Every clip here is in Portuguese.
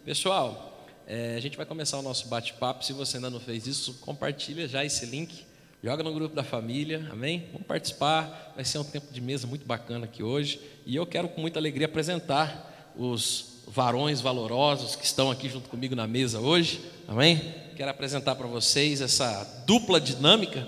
Pessoal, a gente vai começar o nosso bate-papo. Se você ainda não fez isso, compartilha já esse link, joga no grupo da família, amém? Vamos participar, vai ser um tempo de mesa muito bacana aqui hoje. E eu quero com muita alegria apresentar os varões valorosos que estão aqui junto comigo na mesa hoje, amém? Quero apresentar para vocês essa dupla dinâmica.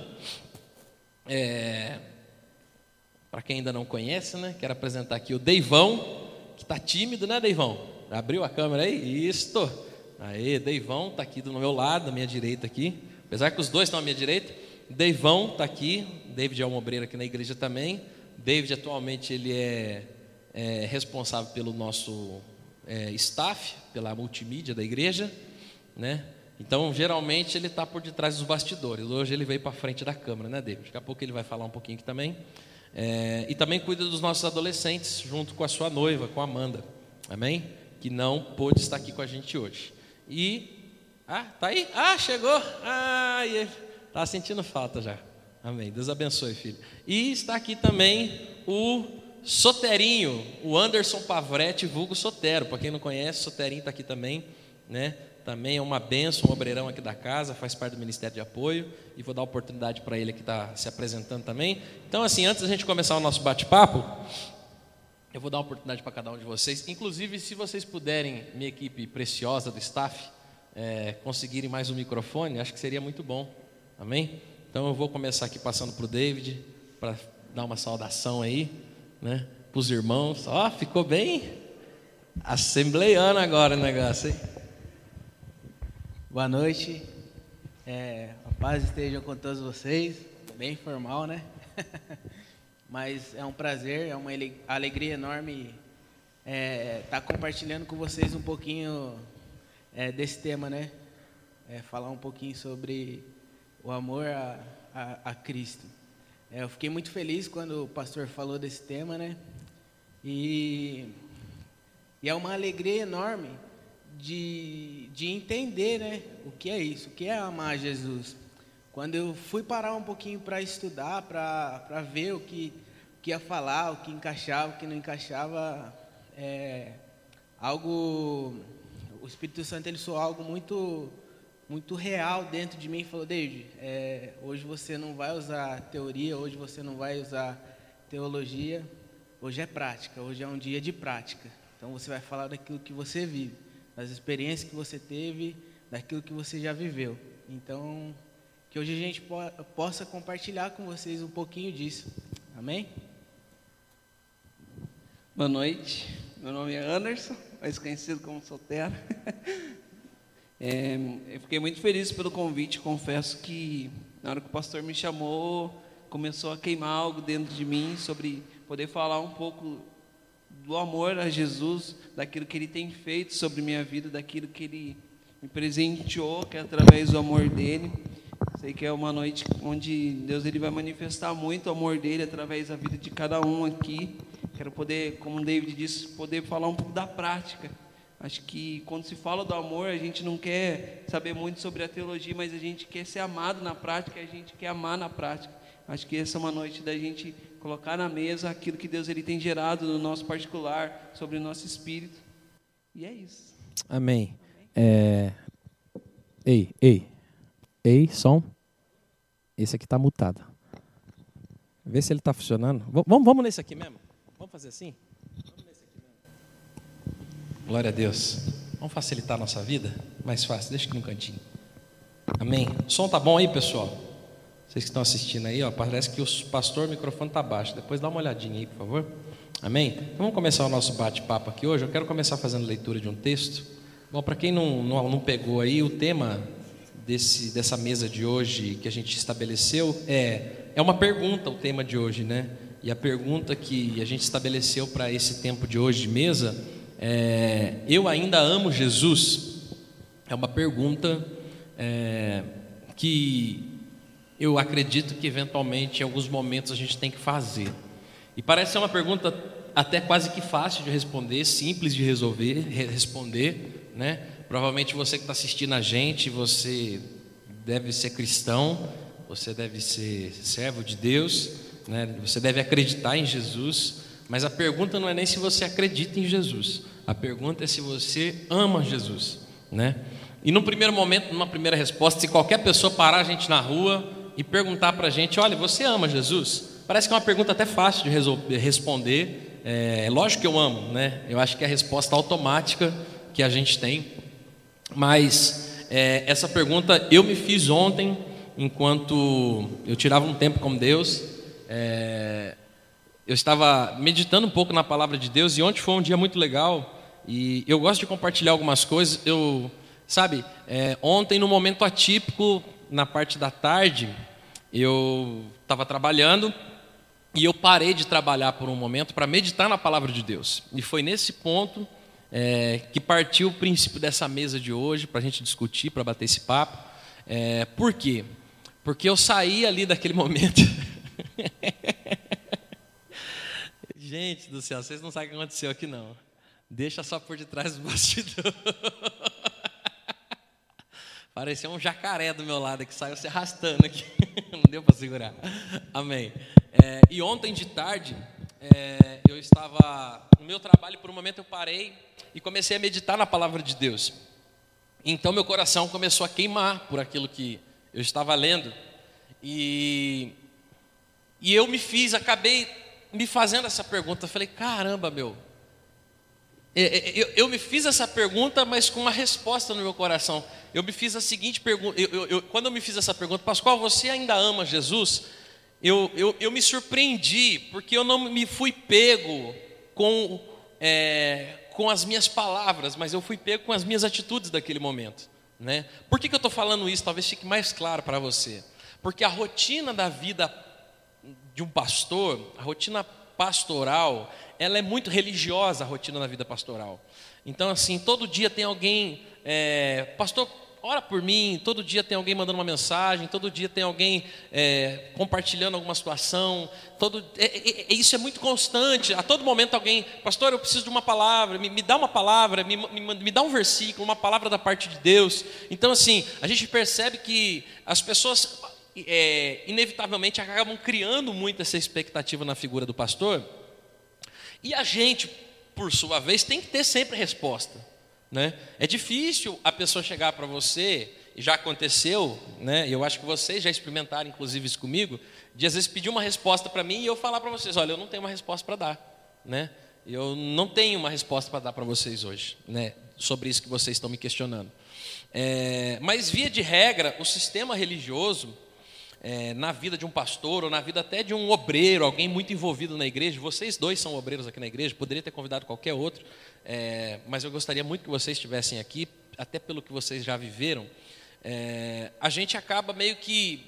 Para quem ainda não conhece, né? Quero apresentar aqui o Deivão, que está tímido, né, Deivão? Abriu a câmera aí? Isto. Aê, Deivão está aqui do meu lado, da minha direita aqui. Apesar que os dois estão à minha direita. Deivão está aqui. David é um obreiro aqui na igreja também. David atualmente ele é responsável pelo nosso staff, pela multimídia da igreja, né? Então, geralmente, ele está por detrás dos bastidores. Hoje ele veio para frente da câmera, né, David? Daqui a pouco ele vai falar um pouquinho aqui também. E também cuida dos nossos adolescentes, junto com a sua noiva, com a Amanda, amém? Que não pôde estar aqui com a gente hoje. Tá aí? Chegou! Ele está sentindo falta já. Amém. Deus abençoe, filho. E está aqui também o Soterinho, o Anderson Pavretti, vulgo Sotero. Para quem não conhece, o Soterinho está aqui também, né? Também é uma bênção, um obreirão aqui da casa, faz parte do Ministério de Apoio, e vou dar oportunidade para ele que está se apresentando também. Então, assim, antes da gente começar o nosso bate-papo, eu vou dar uma oportunidade para cada um de vocês. Inclusive, se vocês puderem, minha equipe preciosa do staff, conseguirem mais um microfone, acho que seria muito bom, amém? Então, eu vou começar aqui passando para o David, para dar uma saudação aí, né, para os irmãos. Ficou bem assembleiano agora o negócio, hein? Boa noite, a paz esteja com todos vocês, bem formal, né? Mas é um prazer, é uma alegria enorme estar compartilhando com vocês um pouquinho desse tema, né? Falar um pouquinho sobre o amor a Cristo. Eu fiquei muito feliz quando o pastor falou desse tema, né? E é uma alegria enorme de entender, né, o que é isso, o que é amar Jesus. Quando eu fui parar um pouquinho para estudar, para ver o que ia falar, o que encaixava, o que não encaixava, o Espírito Santo ele soou algo muito, muito real dentro de mim e falou: David, hoje você não vai usar teoria, hoje você não vai usar teologia, hoje é prática, hoje é um dia de prática. Então você vai falar daquilo que você vive, das experiências que você teve, daquilo que você já viveu. Então, que hoje a gente possa compartilhar com vocês um pouquinho disso. Amém? Boa noite, meu nome é Anderson, mais conhecido como Sotero. Eu fiquei muito feliz pelo convite, confesso que na hora que o pastor me chamou, começou a queimar algo dentro de mim sobre poder falar um pouco do amor a Jesus, daquilo que Ele tem feito sobre minha vida, daquilo que Ele me presenteou, que é através do amor dEle. Sei que é uma noite onde Deus ele vai manifestar muito o amor dEle através da vida de cada um aqui. Quero poder, como o David disse, poder falar um pouco da prática. Acho que quando se fala do amor, a gente não quer saber muito sobre a teologia, mas a gente quer ser amado na prática, a gente quer amar na prática. Acho que essa é uma noite da gente colocar na mesa aquilo que Deus ele tem gerado no nosso particular, sobre o nosso espírito. E é isso. Amém. Ei, som. Esse aqui está mutado. Vê se ele está funcionando. Vamos nesse aqui mesmo? Vamos fazer assim? Vamos nesse aqui mesmo. Glória a Deus. Vamos facilitar a nossa vida? Mais fácil, deixa aqui no cantinho. Amém. O som tá bom aí, pessoal? Vocês que estão assistindo aí, parece que o microfone está baixo. Depois dá uma olhadinha aí, por favor. Amém? Então, vamos começar o nosso bate-papo aqui hoje. Eu quero começar fazendo leitura de um texto. Bom, para quem não pegou aí, o tema dessa mesa de hoje que a gente estabeleceu é uma pergunta, o tema de hoje, né? E a pergunta que a gente estabeleceu para esse tempo de hoje de mesa é: eu ainda amo Jesus? É uma pergunta que eu acredito que eventualmente em alguns momentos a gente tem que fazer. E parece ser uma pergunta até quase que fácil de responder, simples de responder, né? Provavelmente você que está assistindo a gente, você deve ser cristão, você deve ser servo de Deus, né? Você deve acreditar em Jesus, mas a pergunta não é nem se você acredita em Jesus. A pergunta é se você ama Jesus, né? E num primeiro momento, numa primeira resposta, se qualquer pessoa parar a gente na rua e perguntar para a gente, olha, você ama Jesus? Parece que é uma pergunta até fácil de responder. É lógico que eu amo, né? Eu acho que é a resposta automática que a gente tem. Mas essa pergunta eu me fiz ontem, enquanto eu tirava um tempo com Deus. Eu estava meditando um pouco na palavra de Deus, e ontem foi um dia muito legal. E eu gosto de compartilhar algumas coisas. Ontem, num momento atípico, na parte da tarde, eu estava trabalhando e eu parei de trabalhar por um momento para meditar na palavra de Deus. E foi nesse ponto que partiu o princípio dessa mesa de hoje, para a gente discutir, para bater esse papo. Por quê? Porque eu saí ali daquele momento. Gente do céu, vocês não sabem o que aconteceu aqui não. Deixa só por detrás do bastidor. Parecia um jacaré do meu lado que saiu se arrastando aqui. Não deu para segurar. Amém. E ontem de tarde, eu estava no meu trabalho, por um momento eu parei e comecei a meditar na palavra de Deus. Então meu coração começou a queimar por aquilo que eu estava lendo. E eu acabei me fazendo essa pergunta. Eu falei, caramba, meu. Eu me fiz essa pergunta, mas com uma resposta no meu coração. Eu me fiz a seguinte pergunta. Quando eu me fiz essa pergunta, Pascoal, você ainda ama Jesus? Eu me surpreendi, porque eu não me fui pego com as minhas palavras, mas eu fui pego com as minhas atitudes daquele momento, né? Por que eu estou falando isso? Talvez fique mais claro para você. Porque a rotina da vida de um pastor, a rotina pastoral, ela é muito religiosa, a rotina da vida pastoral. Então, assim, todo dia tem alguém, pastor, ora por mim, todo dia tem alguém mandando uma mensagem, todo dia tem alguém compartilhando alguma situação, isso é muito constante. A todo momento alguém, pastor, eu preciso de uma palavra, me dá uma palavra, me dá um versículo, uma palavra da parte de Deus. Então, assim, a gente percebe que as pessoas inevitavelmente acabam criando muito essa expectativa na figura do pastor, e a gente, por sua vez, tem que ter sempre resposta, né? É difícil a pessoa chegar para você, e já aconteceu, né? Eu acho que vocês já experimentaram, inclusive isso comigo, de às vezes pedir uma resposta para mim e eu falar para vocês, olha, eu não tenho uma resposta para dar, né? Eu não tenho uma resposta para dar para vocês hoje, né? Sobre isso que vocês estão me questionando. Mas via de regra, o sistema religioso, na vida de um pastor, ou na vida até de um obreiro, alguém muito envolvido na igreja, vocês dois são obreiros aqui na igreja, poderia ter convidado qualquer outro, mas eu gostaria muito que vocês estivessem aqui, até pelo que vocês já viveram. A gente acaba meio que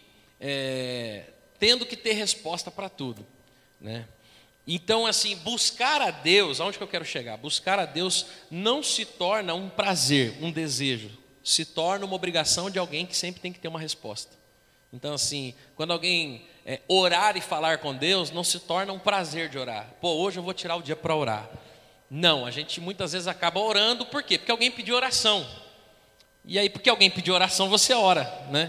tendo que ter resposta para tudo, né? Então, assim, buscar a Deus, aonde que eu quero chegar? Buscar a Deus não se torna um prazer, um desejo, se torna uma obrigação de alguém que sempre tem que ter uma resposta. Então, assim, quando alguém orar e falar com Deus, não se torna um prazer de orar. Pô, hoje eu vou tirar o dia para orar. Não, a gente muitas vezes acaba orando, por quê? Porque alguém pediu oração. E aí, porque alguém pediu oração, você ora, né?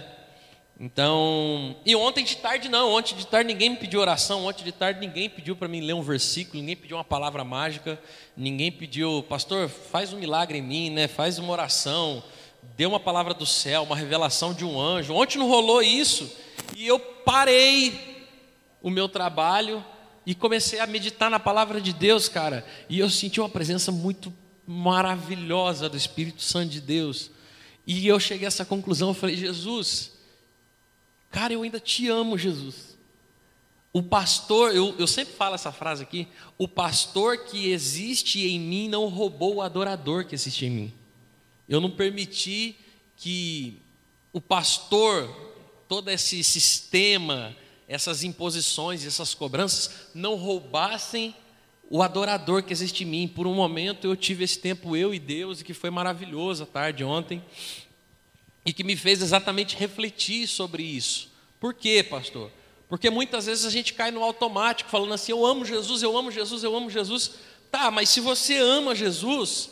Então, e ontem de tarde não, ontem de tarde ninguém me pediu oração, ontem de tarde ninguém pediu para mim ler um versículo, ninguém pediu uma palavra mágica, ninguém pediu, pastor, faz um milagre em mim, né? Faz uma oração, dê uma palavra do céu, uma revelação de um anjo. Ontem não rolou isso, e eu parei o meu trabalho e comecei a meditar na palavra de Deus, cara, e eu senti uma presença muito maravilhosa do Espírito Santo de Deus, e eu cheguei a essa conclusão, eu falei, Jesus, cara, eu ainda te amo, Jesus. O pastor, eu sempre falo essa frase aqui, o pastor que existe em mim não roubou o adorador que existe em mim. Eu não permiti que o pastor, todo esse sistema, essas imposições, essas cobranças, não roubassem o adorador que existe em mim. Por um momento eu tive esse tempo, eu e Deus, e que foi maravilhoso a tarde ontem, e que me fez exatamente refletir sobre isso. Por quê, pastor? Porque muitas vezes a gente cai no automático, falando assim, eu amo Jesus, eu amo Jesus, eu amo Jesus. Tá, mas se você ama Jesus,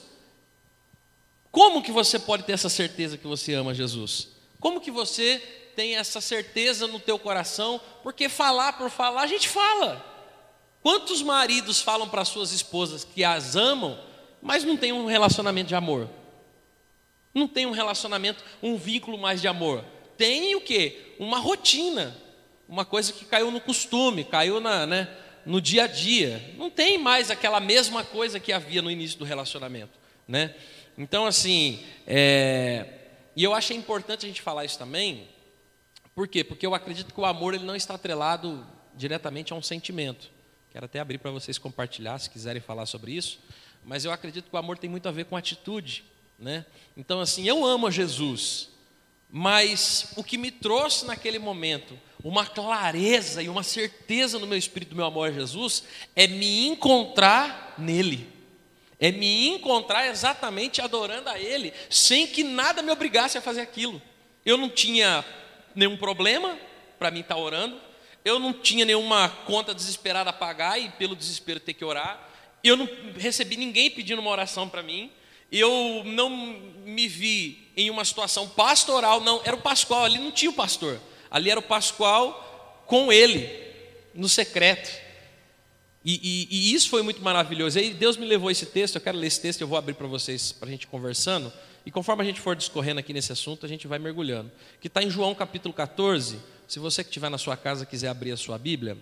como que você pode ter essa certeza que você ama Jesus? Como que você tem essa certeza no teu coração? Porque falar por falar, a gente fala. Quantos maridos falam para suas esposas que as amam mas não tem um relacionamento de amor. Não tem um relacionamento, um vínculo mais de amor. Tem o quê? Uma rotina, uma coisa que caiu no costume, caiu no dia a dia. Não tem mais aquela mesma coisa que havia no início do relacionamento, né? Então, assim, e eu achei importante a gente falar isso também. Por quê? Porque eu acredito que o amor ele não está atrelado diretamente a um sentimento. Quero até abrir para vocês compartilhar, se quiserem falar sobre isso. Mas eu acredito que o amor tem muito a ver com atitude, né? Então, assim, eu amo a Jesus, mas o que me trouxe naquele momento uma clareza e uma certeza no meu espírito do meu amor a Jesus é me encontrar nele. É me encontrar exatamente adorando a Ele, sem que nada me obrigasse a fazer aquilo. Eu não tinha nenhum problema para mim estar orando, eu não tinha nenhuma conta desesperada a pagar e pelo desespero ter que orar, eu não recebi ninguém pedindo uma oração para mim, eu não me vi em uma situação pastoral, não, era o Pascoal, ali não tinha o pastor, ali era o Pascoal com ele, no secreto. E isso foi muito maravilhoso. Aí Deus me levou esse texto, eu quero ler esse texto, eu vou abrir para vocês, para a gente conversando, e conforme a gente for discorrendo aqui nesse assunto, a gente vai mergulhando. Que está em João capítulo 14, se você que estiver na sua casa quiser abrir a sua Bíblia,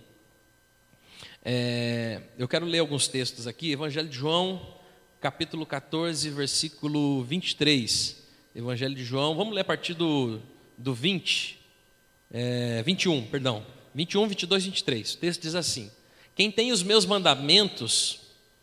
eu quero ler alguns textos aqui, Evangelho de João, capítulo 14, versículo 23, Evangelho de João, vamos ler a partir do 21, 22, 23, o texto diz assim: quem tem os meus mandamentos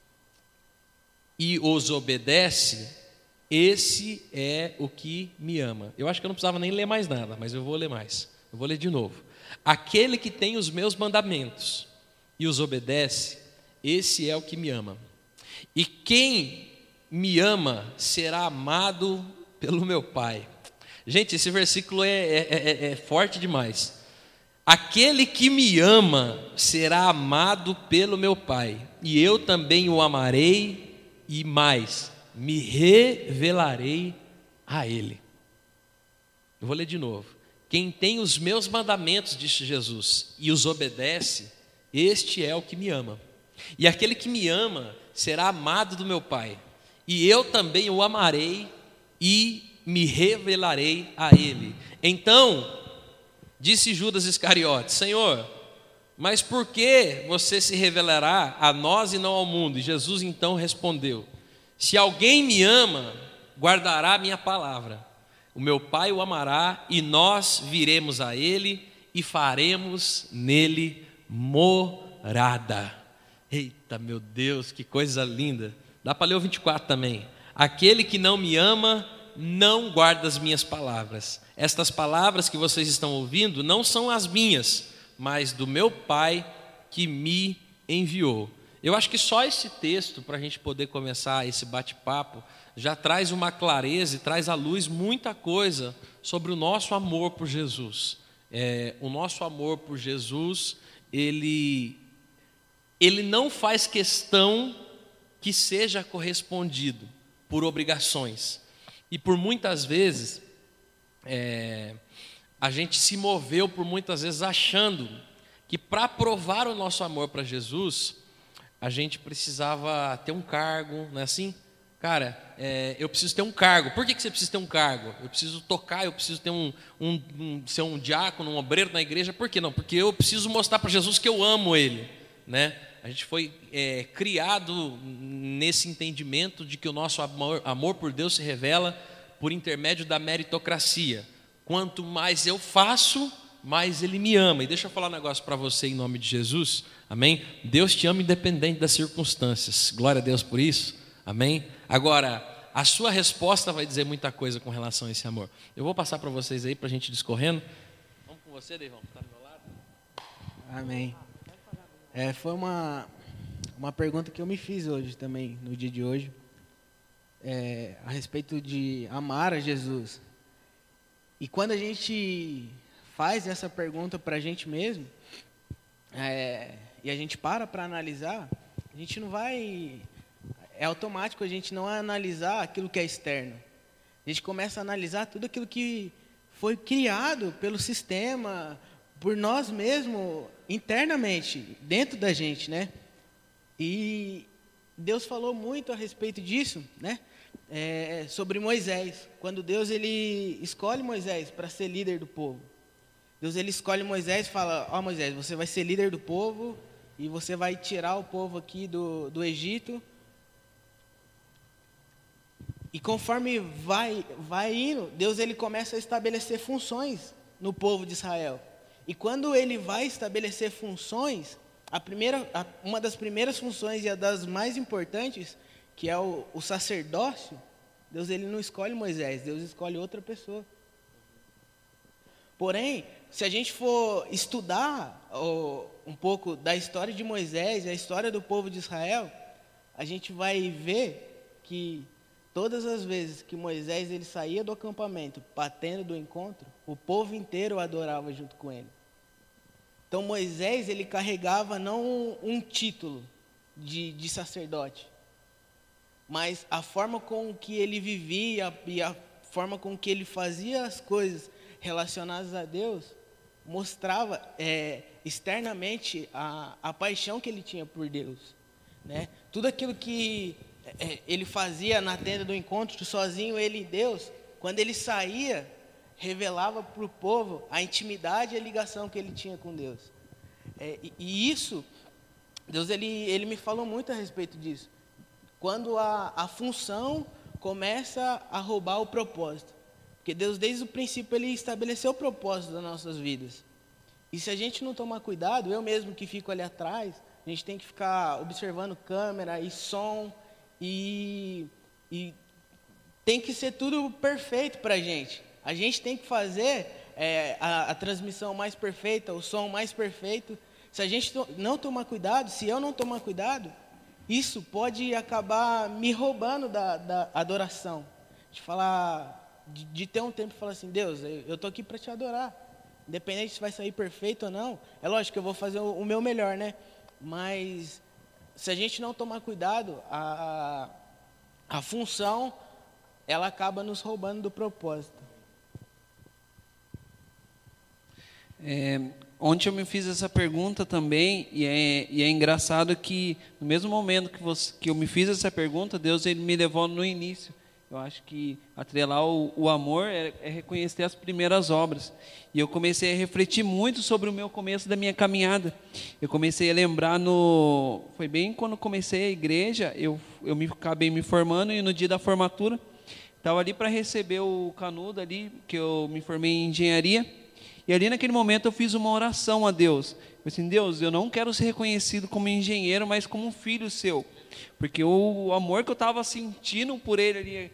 e os obedece, esse é o que me ama. Eu acho que eu não precisava nem ler mais nada, mas eu vou ler mais. Eu vou ler de novo. Aquele que tem os meus mandamentos e os obedece, esse é o que me ama. E quem me ama será amado pelo meu Pai. Gente, esse versículo é forte demais. Aquele que me ama será amado pelo meu Pai, e eu também o amarei e mais, me revelarei a Ele. Eu vou ler de novo. Quem tem os meus mandamentos, disse Jesus, e os obedece, este é o que me ama. E aquele que me ama será amado do meu Pai, e eu também o amarei e me revelarei a Ele. Então, disse Judas Iscariotes: Senhor, mas por que você se revelará a nós e não ao mundo? E Jesus então respondeu: se alguém me ama, guardará a minha palavra. O meu Pai o amará e nós viremos a Ele e faremos nele morada. Eita, meu Deus, que coisa linda. Dá para ler o 24 também. Aquele que não me ama não guarda as minhas palavras. Estas palavras que vocês estão ouvindo não são as minhas, mas do meu Pai que me enviou. Eu acho que só esse texto, para a gente poder começar esse bate-papo, já traz uma clareza e traz à luz muita coisa sobre o nosso amor por Jesus. O nosso amor por Jesus, ele não faz questão que seja correspondido por obrigações. E por muitas vezes, a gente se moveu por muitas vezes achando que para provar o nosso amor para Jesus, a gente precisava ter um cargo, não é assim? Cara, eu preciso ter um cargo. Por que você precisa ter um cargo? Eu preciso tocar, eu preciso ter ser um diácono, um obreiro na igreja. Por que não? Porque eu preciso mostrar para Jesus que eu amo Ele, né? A gente foi criado nesse entendimento de que o nosso amor por Deus se revela por intermédio da meritocracia. Quanto mais eu faço, mais Ele me ama. E deixa eu falar um negócio para você em nome de Jesus, amém? Deus te ama independente das circunstâncias, glória a Deus por isso, amém? Agora, a sua resposta vai dizer muita coisa com relação a esse amor. Eu vou passar para vocês aí, para a gente discorrendo. Vamos com você, Deivão, está do meu lado? Amém. Foi uma pergunta que eu me fiz hoje também, no dia de hoje, a respeito de amar a Jesus. E quando a gente faz essa pergunta para a gente mesmo, e a gente para analisar, a gente não vai... É automático a gente não analisar aquilo que é externo. A gente começa a analisar tudo aquilo que foi criado pelo sistema, por nós mesmos, internamente, dentro da gente, né? E Deus falou muito a respeito disso, né? Sobre Moisés. Quando Deus ele escolhe Moisés para ser líder do povo. Deus ele escolhe Moisés e fala: ó, Moisés, você vai ser líder do povo e você vai tirar o povo aqui do Egito. E conforme vai indo, Deus ele começa a estabelecer funções no povo de Israel. E quando ele vai estabelecer funções, uma das primeiras funções e a das mais importantes, que é o sacerdócio, Deus ele não escolhe Moisés, Deus escolhe outra pessoa. Porém, se a gente for estudar um pouco da história de Moisés e a história do povo de Israel, a gente vai ver que todas as vezes que Moisés ele saía do acampamento, batendo do encontro, o povo inteiro o adorava junto com ele. Então Moisés ele carregava não um título de sacerdote, mas a forma com que ele vivia e a forma com que ele fazia as coisas relacionadas a Deus mostrava externamente a paixão que ele tinha por Deus, né? Tudo aquilo que ele fazia na tenda do encontro, sozinho, ele e Deus, quando ele saía, revelava para o povo a intimidade e a ligação que ele tinha com Deus. E isso, Deus ele me falou muito a respeito disso. Quando a função começa a roubar o propósito. Porque Deus, desde o princípio, ele estabeleceu o propósito das nossas vidas. E se a gente não tomar cuidado, eu mesmo que fico ali atrás, a gente tem que ficar observando câmera e som, e tem que ser tudo perfeito para a gente. A gente tem que fazer a transmissão mais perfeita, o som mais perfeito. Se a gente não tomar cuidado, se eu não tomar cuidado, isso pode acabar me roubando da adoração. De ter um tempo e falar assim: Deus, eu estou aqui para te adorar. Independente se vai sair perfeito ou não, é lógico que eu vou fazer o meu melhor, né? Mas se a gente não tomar cuidado, a função, ela acaba nos roubando do propósito. Ontem eu me fiz essa pergunta também, e é engraçado que no mesmo momento que eu me fiz essa pergunta, Deus ele me levou no início. Eu acho que atrelar o amor é reconhecer as primeiras obras. E eu comecei a refletir muito sobre o meu começo da minha caminhada. Eu comecei a lembrar foi bem quando comecei a igreja, eu acabei me formando, e no dia da formatura, estava ali para receber o canudo ali, que eu me formei em engenharia. E ali naquele momento eu fiz uma oração a Deus. Eu falei assim: Deus, eu não quero ser reconhecido como engenheiro, mas como um filho seu. Porque o amor que eu estava sentindo por ele ali,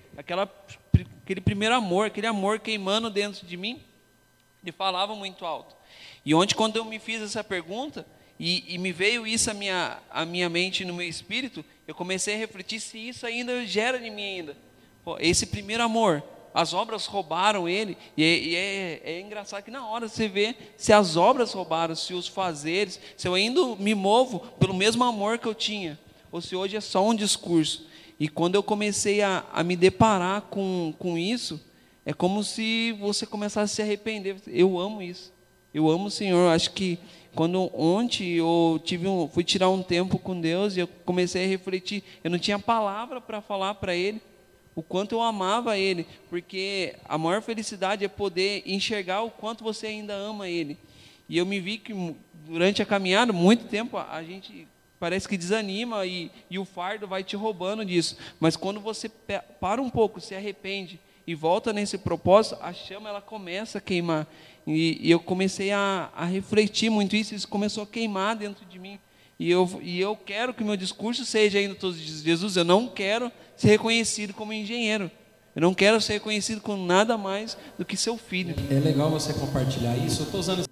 aquele primeiro amor, aquele amor queimando dentro de mim, ele falava muito alto. E ontem, quando eu me fiz essa pergunta, e me veio isso à minha mente e no meu espírito, eu comecei a refletir se isso ainda gera em mim ainda. Pô, esse primeiro amor, as obras roubaram ele, e é engraçado que na hora você vê se as obras roubaram, se os fazeres, se eu ainda me movo pelo mesmo amor que eu tinha, ou se hoje é só um discurso. E quando eu comecei a me deparar com isso, é como se você começasse a se arrepender. Eu amo isso, eu amo o Senhor. Acho que quando ontem eu fui tirar um tempo com Deus, e eu comecei a refletir, eu não tinha palavra para falar para Ele, o quanto eu amava Ele, porque a maior felicidade é poder enxergar o quanto você ainda ama Ele. E eu me vi que durante a caminhada, muito tempo, a gente parece que desanima e o fardo vai te roubando disso. Mas quando você para um pouco, se arrepende e volta nesse propósito, a chama ela começa a queimar. E eu comecei a refletir muito isso começou a queimar dentro de mim. E eu quero que o meu discurso seja ainda todos os dias: Jesus, eu não quero ser reconhecido como engenheiro. Eu não quero ser reconhecido com nada mais do que seu filho. É legal você compartilhar isso. Eu estou usando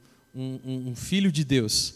um filho de Deus.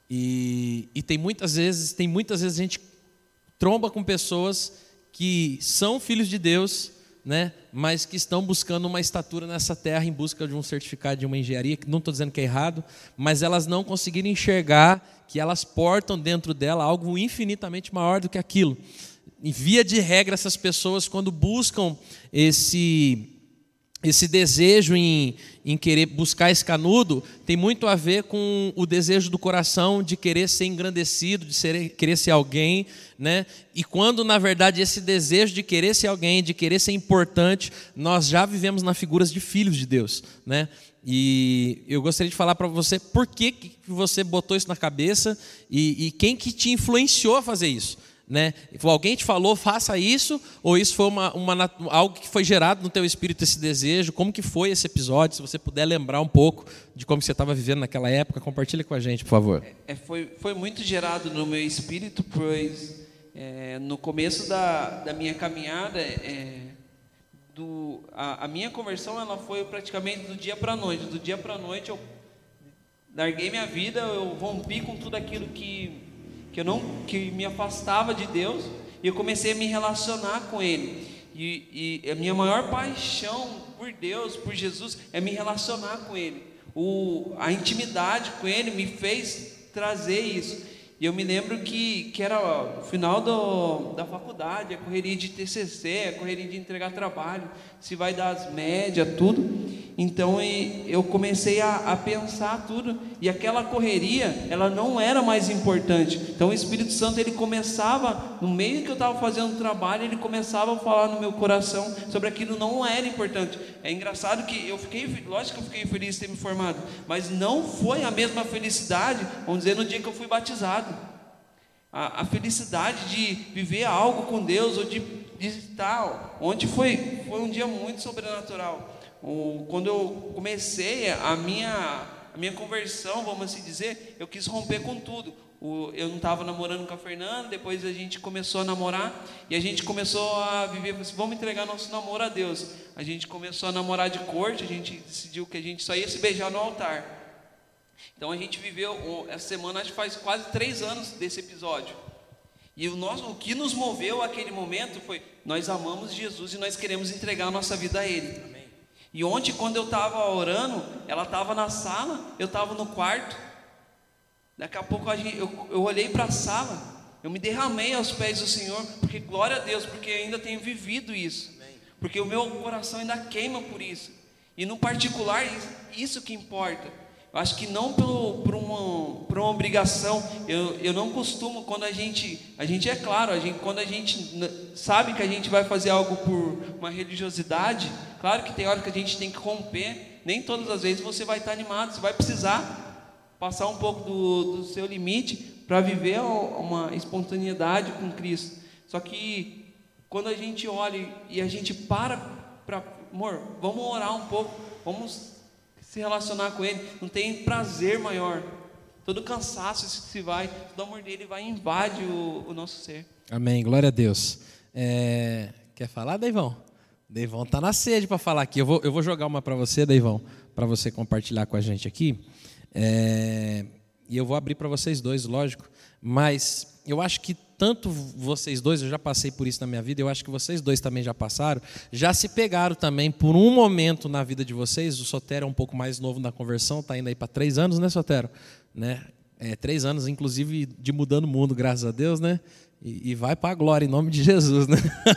E tem muitas vezes a gente tromba com pessoas que são filhos de Deus, né, mas que estão buscando uma estatura nessa terra em busca de um certificado de uma engenharia, que não estou dizendo que é errado, mas elas não conseguiram enxergar que elas portam dentro dela algo infinitamente maior do que aquilo. Em via de regra, essas pessoas, quando buscam esse desejo em querer buscar esse canudo tem muito a ver com o desejo do coração de querer ser engrandecido, de querer ser alguém, né? E quando, na verdade, esse desejo de querer ser alguém, de querer ser importante, nós já vivemos nas figuras de filhos de Deus, né? E eu gostaria de falar para você por que você botou isso na cabeça e quem que te influenciou a fazer isso. Né? Alguém te falou, faça isso, ou isso foi algo que foi gerado no teu espírito, esse desejo? Como que foi esse episódio? Se você puder lembrar um pouco de como você estava vivendo naquela época, compartilha com a gente, por favor. Foi muito gerado no meu espírito, pois no começo da minha caminhada, a minha conversão ela foi praticamente do dia para a noite. Do dia para a noite eu larguei minha vida, eu rompi com tudo aquilo que me afastava de Deus, e eu comecei a me relacionar com Ele. E a minha maior paixão por Deus, por Jesus, é me relacionar com Ele. A intimidade com Ele me fez trazer isso. E eu me lembro que era o final da faculdade, a correria de TCC, a correria de entregar trabalho, se vai dar as médias, tudo. Então eu comecei a pensar tudo, e aquela correria, ela não era mais importante. Então o Espírito Santo, ele começava, no meio que eu estava fazendo o trabalho, ele começava a falar no meu coração sobre aquilo não era importante. É engraçado que lógico que eu fiquei feliz de ter me formado, mas não foi a mesma felicidade, vamos dizer, no dia que eu fui batizado. A felicidade de viver algo com Deus, ou de estar, onde foi um dia muito sobrenatural. Quando eu comecei a minha conversão, vamos assim dizer, eu quis romper com tudo. Eu não estava namorando com a Fernanda, depois a gente começou a namorar, e a gente começou a viver, assim, vamos entregar nosso namoro a Deus. A gente começou a namorar de corte, a gente decidiu que a gente só ia se beijar no altar. Então a gente viveu, essa semana, acho que faz quase 3 anos desse episódio. E o que nos moveu àquele momento foi, nós amamos Jesus e nós queremos entregar a nossa vida a Ele. Amém. E ontem, quando eu estava orando, ela estava na sala, eu estava no quarto. Daqui a pouco eu olhei para a sala, eu me derramei aos pés do Senhor, porque glória a Deus, porque ainda tenho vivido isso. Amém. Porque o meu coração ainda queima por isso. E no particular, isso que importa. Eu acho que não por uma obrigação. Eu não costumo, quando a gente é claro, quando a gente sabe que a gente vai fazer algo por uma religiosidade, claro que tem hora que a gente tem que romper. Nem todas as vezes você vai estar animado, você vai precisar passar um pouco do seu limite para viver uma espontaneidade com Cristo. Só que quando a gente olha e a gente amor, vamos orar um pouco, vamos se relacionar com Ele, não tem prazer maior. Todo cansaço se vai, todo amor dele vai e invade o nosso ser. Amém, glória a Deus. Quer falar, Deivão? Deivão está na sede para falar aqui. Eu vou jogar uma para você, Deivão, para você compartilhar com a gente aqui. E eu vou abrir para vocês dois, lógico, mas eu acho que tanto vocês dois, eu já passei por isso na minha vida, eu acho que vocês dois também já passaram, já se pegaram também por um momento na vida de vocês. O Sotero é um pouco mais novo na conversão, está indo aí para 3 anos, né, Sotero? Né? 3 anos, inclusive, de mudando o mundo, graças a Deus, né? E vai para a glória, em nome de Jesus, né?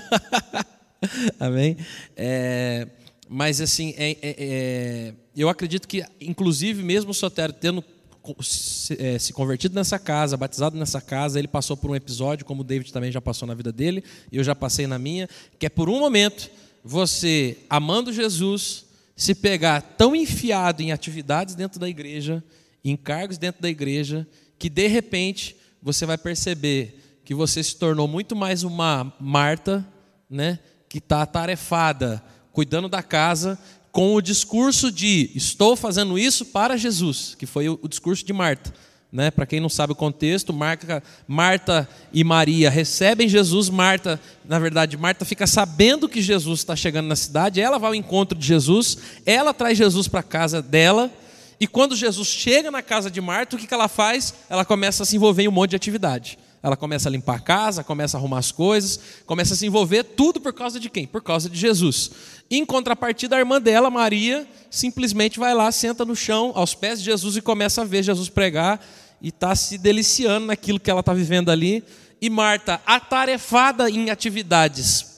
Amém? Mas, assim, eu acredito que, inclusive, mesmo o Sotero tendo se convertido nessa casa, batizado nessa casa, ele passou por um episódio, como o David também já passou na vida dele, e eu já passei na minha, que é por um momento, você, amando Jesus, se pegar tão enfiado em atividades dentro da igreja, em cargos dentro da igreja, que de repente você vai perceber que você se tornou muito mais uma Marta, né, que está atarefada, cuidando da casa, com o discurso de estou fazendo isso para Jesus, que foi o discurso de Marta. Né? Para quem não sabe o contexto, Marta e Maria recebem Jesus. Marta fica sabendo que Jesus está chegando na cidade, ela vai ao encontro de Jesus, ela traz Jesus para a casa dela, e quando Jesus chega na casa de Marta, o que ela faz? Ela começa a se envolver em um monte de atividade. Ela começa a limpar a casa, começa a arrumar as coisas, começa a se envolver, tudo por causa de quem? Por causa de Jesus. Em contrapartida, a irmã dela, Maria, simplesmente vai lá, senta no chão, aos pés de Jesus, e começa a ver Jesus pregar, e está se deliciando naquilo que ela está vivendo ali. E Marta, atarefada em atividades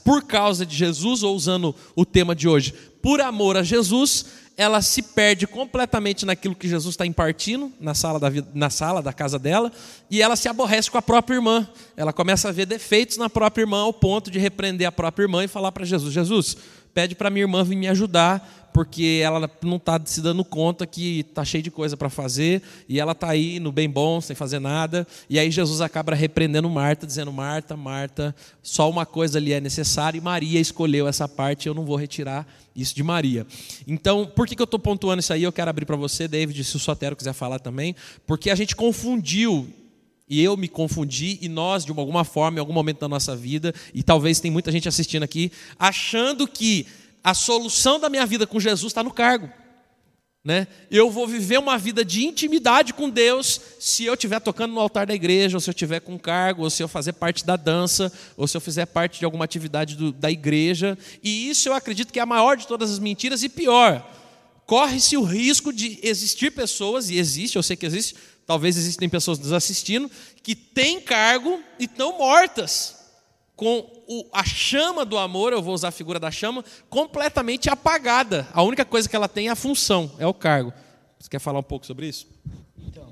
por causa de Jesus, ou usando o tema de hoje, por amor a Jesus, ela se perde completamente naquilo que Jesus está impartindo na sala da casa dela, e ela se aborrece com a própria irmã. Ela começa a ver defeitos na própria irmã, ao ponto de repreender a própria irmã e falar para Jesus: Jesus, pede para minha irmã vir me ajudar, porque ela não está se dando conta que está cheio de coisa para fazer, e ela está aí no bem bom, sem fazer nada. E aí Jesus acaba repreendendo Marta, dizendo: Marta, Marta, só uma coisa ali é necessária, e Maria escolheu essa parte, eu não vou retirar isso de Maria. Então, por que eu estou pontuando isso aí? Eu quero abrir para você, David, se o Sotero quiser falar também, porque a gente confundiu, e eu me confundi, e nós, de alguma forma, em algum momento da nossa vida, e talvez tem muita gente assistindo aqui, achando que a solução da minha vida com Jesus está no cargo, né? Eu vou viver uma vida de intimidade com Deus se eu estiver tocando no altar da igreja, ou se eu estiver com cargo, ou se eu fazer parte da dança, ou se eu fizer parte de alguma atividade da igreja. E isso eu acredito que é a maior de todas as mentiras, e pior, corre-se o risco de existir pessoas, e existe, eu sei que existe, talvez existem pessoas nos assistindo, que têm cargo e estão mortas, com a chama do amor, eu vou usar a figura da chama, completamente apagada. A única coisa que ela tem é a função, é o cargo. Você quer falar um pouco sobre isso? Então,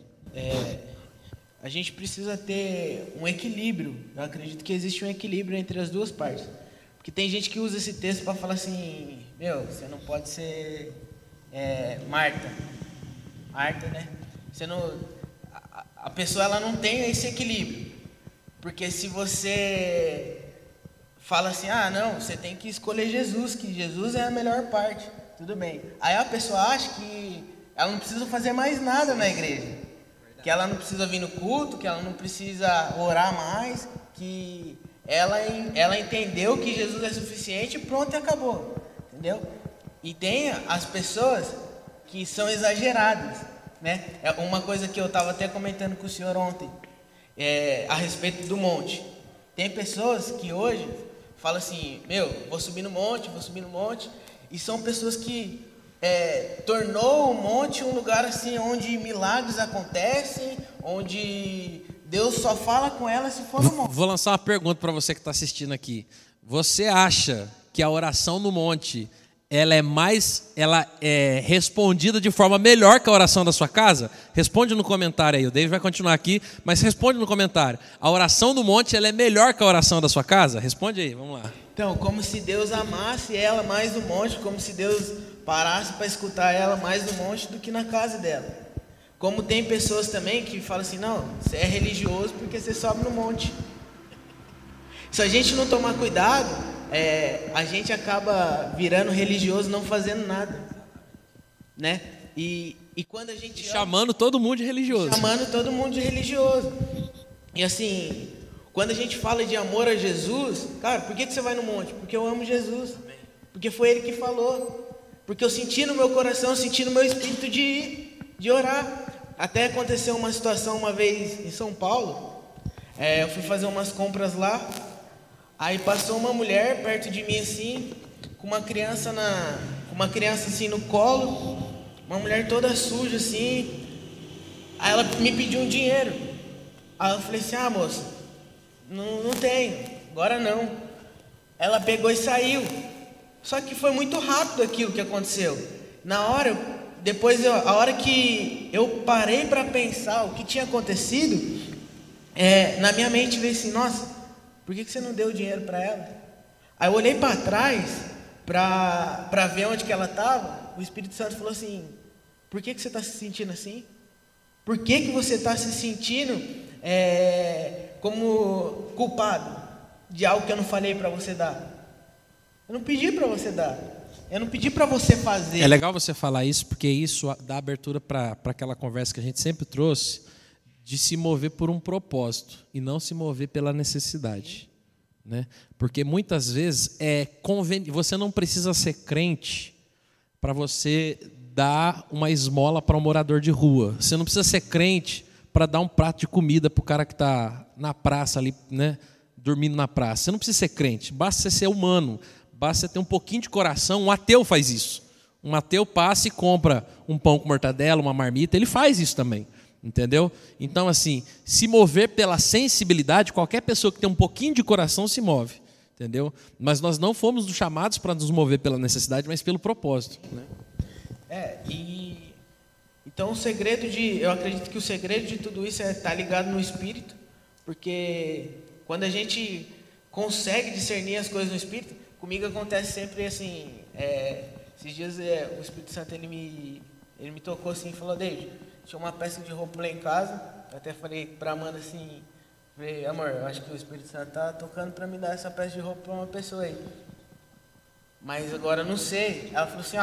a gente precisa ter um equilíbrio. Eu acredito que existe um equilíbrio entre as duas partes. Porque tem gente que usa esse texto para falar assim: meu, você não pode ser Marta, né? Você não, a pessoa ela não tem esse equilíbrio. Porque se você fala assim: ah, não, você tem que escolher Jesus, que Jesus é a melhor parte, tudo bem. Aí a pessoa acha que ela não precisa fazer mais nada na igreja, que ela não precisa vir no culto, que ela não precisa orar mais, que ela entendeu que Jesus é suficiente e pronto, e acabou, entendeu? E tem as pessoas que são exageradas, né? É uma coisa que eu estava até comentando com o senhor ontem, a respeito do monte. Tem pessoas que hoje falam assim: meu, vou subir no monte, e são pessoas que tornou o monte um lugar assim onde milagres acontecem, onde Deus só fala com ela se for no monte. Vou lançar uma pergunta para você que está assistindo aqui. Você acha que a oração no monte ela é respondida de forma melhor que a oração da sua casa? Responde no comentário aí, o David vai continuar aqui, mas responde no comentário. A oração do monte ela é melhor que a oração da sua casa? Responde aí, vamos lá. Então, como se Deus amasse ela mais no monte, como se Deus parasse para escutar ela mais no monte do que na casa dela. Como tem pessoas também que falam assim: não, você é religioso porque você sobe no monte. Se a gente não tomar cuidado, a gente acaba virando religioso, não fazendo nada, né? E quando a gente chamando todo mundo de religioso. E assim, quando a gente fala de amor a Jesus, cara, por que você vai no monte? Porque eu amo Jesus. Porque foi Ele que falou. Porque eu senti no meu coração, eu senti no meu espírito de orar. Até aconteceu uma situação uma vez em São Paulo. Eu fui fazer umas compras lá. Aí passou uma mulher perto de mim assim, com uma criança assim no colo, uma mulher toda suja assim. Aí ela me pediu um dinheiro. Aí eu falei assim: ah, moça, não tenho, agora não. Ela pegou e saiu. Só que foi muito rápido aquilo que aconteceu. Na hora, a hora que eu parei para pensar o que tinha acontecido, na minha mente veio assim: nossa, por que você não deu o dinheiro para ela? Aí eu olhei para trás para ver onde que ela estava. O Espírito Santo falou assim: por que você está se sentindo assim? Por que você está se sentindo como culpado de algo que eu não falei para você dar? Eu não pedi para você dar. Eu não pedi para você fazer. É legal você falar isso, porque isso dá abertura para aquela conversa que a gente sempre trouxe, de se mover por um propósito e não se mover pela necessidade, né? Porque muitas vezes você não precisa ser crente para você dar uma esmola para um morador de rua. Você não precisa ser crente para dar um prato de comida para o cara que está na praça ali, né, dormindo na praça. Você não precisa ser crente, basta você ser humano, basta você ter um pouquinho de coração. Um ateu faz isso. Um ateu passa e compra um pão com mortadela, uma marmita, ele faz isso também. Entendeu? Então, assim, se mover pela sensibilidade, qualquer pessoa que tem um pouquinho de coração se move. entendeu? Mas nós não fomos chamados para nos mover pela necessidade, mas pelo propósito, né? Então eu acredito que o segredo de tudo isso é estar ligado no Espírito, porque quando a gente consegue discernir as coisas no Espírito, comigo acontece sempre assim, esses dias o Espírito Santo ele me tocou assim e falou: David, tinha uma peça de roupa lá em casa, eu até falei pra Amanda assim, falei: amor, eu acho que o Espírito Santo tá tocando pra me dar essa peça de roupa pra uma pessoa aí, mas agora eu não sei. Ela falou assim: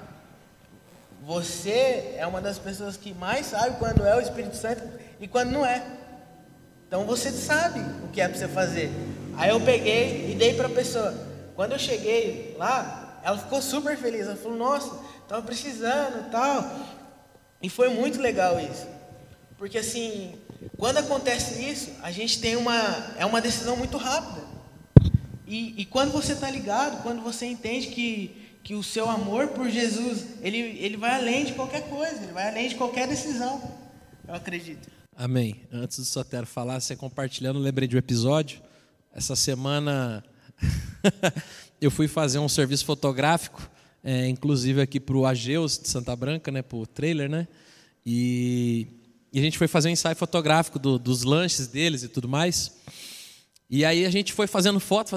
você é uma das pessoas que mais sabe quando é o Espírito Santo e quando não é. Então você sabe o que é para você fazer. Aí eu peguei e dei para a pessoa. Quando eu cheguei lá, ela ficou super feliz. Ela falou: nossa, estava precisando e tal. E foi muito legal isso. Porque assim, quando acontece isso, a gente tem uma decisão muito rápida. E quando você está ligado, quando você entende que o seu amor por Jesus, ele vai além de qualquer coisa, ele vai além de qualquer decisão, eu acredito. Amém. Antes do Sotero falar, você compartilhando, lembrei de um episódio. Essa semana eu fui fazer um serviço fotográfico, inclusive aqui para o Ageus de Santa Branca, né, para o trailer, né? E a gente foi fazer um ensaio fotográfico dos lanches deles e tudo mais. E aí a gente foi fazendo foto.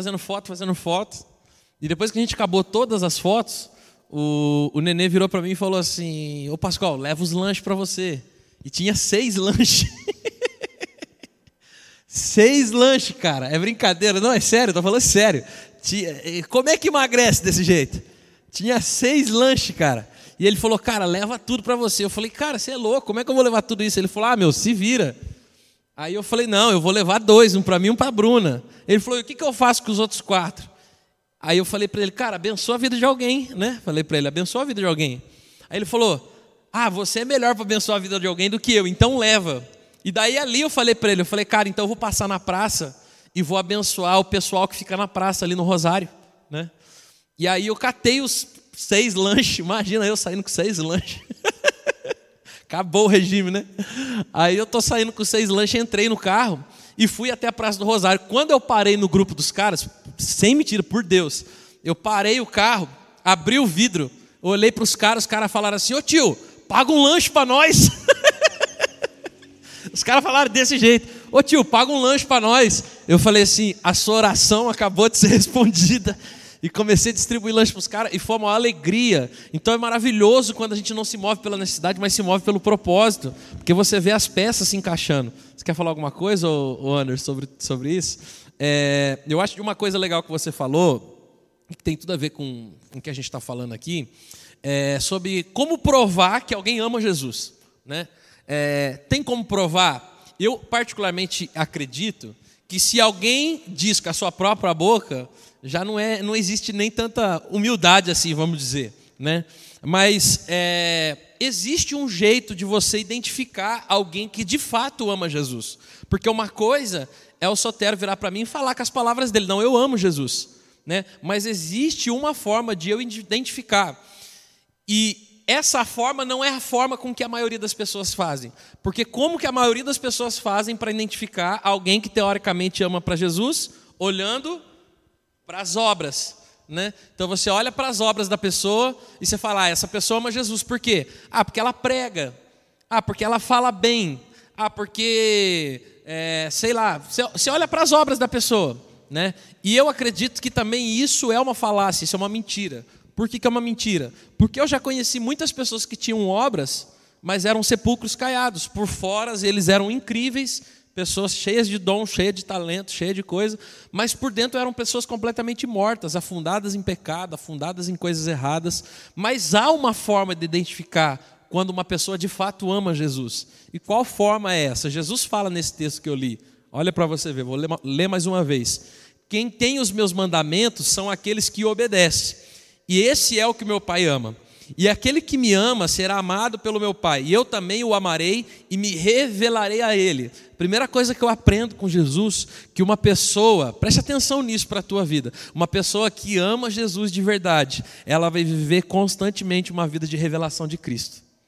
E depois que a gente acabou todas as fotos, o Nenê virou para mim e falou assim: ô Pascoal, leva os lanches para você. E tinha 6 lanches. 6 lanches, cara. É brincadeira? Não, é sério, tô falando sério. Como é que emagrece desse jeito? Tinha 6 lanches, cara. E ele falou: cara, leva tudo para você. Eu falei: cara, você é louco, como é que eu vou levar tudo isso? Ele falou: se vira. Aí eu falei: não, eu vou levar 2, um para mim e um para a Bruna. Ele falou: e o que eu faço com os outros 4? Aí eu falei para ele: cara, abençoa a vida de alguém, né? Falei para ele: abençoa a vida de alguém. Aí ele falou: você é melhor para abençoar a vida de alguém do que eu, então leva. E daí ali eu falei para ele, cara, então eu vou passar na praça e vou abençoar o pessoal que fica na praça ali no Rosário, né? E aí eu catei os 6 lanches, imagina eu saindo com 6 lanches. Acabou o regime, né? Aí eu tô saindo com 6 lanches, entrei no carro e fui até a Praça do Rosário. Quando eu parei no grupo dos caras, sem mentira, por Deus, eu parei o carro, abri o vidro, olhei para os caras falaram assim: ô tio, paga um lanche para nós. Os caras falaram desse jeito: ô tio, paga um lanche para nós. Eu falei assim: a sua oração acabou de ser respondida. E comecei a distribuir lanche para os caras, e foi uma alegria. Então é maravilhoso quando a gente não se move pela necessidade, mas se move pelo propósito, porque você vê as peças se encaixando. Você quer falar alguma coisa, Anderson, sobre isso? Eu acho que uma coisa legal que você falou, que tem tudo a ver com o que a gente está falando aqui, sobre como provar que alguém ama Jesus, né? Tem como provar? Eu particularmente acredito que se alguém diz com a sua própria boca, já não existe nem tanta humildade assim, vamos dizer, né? Mas existe um jeito de você identificar alguém que de fato ama Jesus. Porque uma coisa é o Sotero virar para mim e falar com as palavras dele: não, eu amo Jesus, né? Mas existe uma forma de eu identificar. E essa forma não é a forma com que a maioria das pessoas fazem. Porque como que a maioria das pessoas fazem para identificar alguém que teoricamente ama para Jesus? Olhando para as obras, né? Então você olha para as obras da pessoa e você fala: essa pessoa ama Jesus. Por quê? Porque ela prega. Porque ela fala bem. Porque, sei lá, você olha para as obras da pessoa, né? E eu acredito que também isso é uma falácia, isso é uma mentira. Por que é uma mentira? Porque eu já conheci muitas pessoas que tinham obras, mas eram sepulcros caiados. Por fora eles eram incríveis, pessoas cheias de dom, cheias de talento, cheias de coisa, mas por dentro eram pessoas completamente mortas, afundadas em pecado, afundadas em coisas erradas. Mas há uma forma de identificar quando uma pessoa de fato ama Jesus. E qual forma é essa? Jesus fala nesse texto que eu li. Olha para você ver, vou ler mais uma vez. Quem tem os meus mandamentos são aqueles que obedecem. E esse é o que meu Pai ama. E aquele que me ama será amado pelo meu Pai. E eu também o amarei e me revelarei a ele. Primeira coisa que eu aprendo com Jesus, que uma pessoa, preste atenção nisso para a tua vida, uma pessoa que ama Jesus de verdade, ela vai viver constantemente uma vida de revelação de Cristo.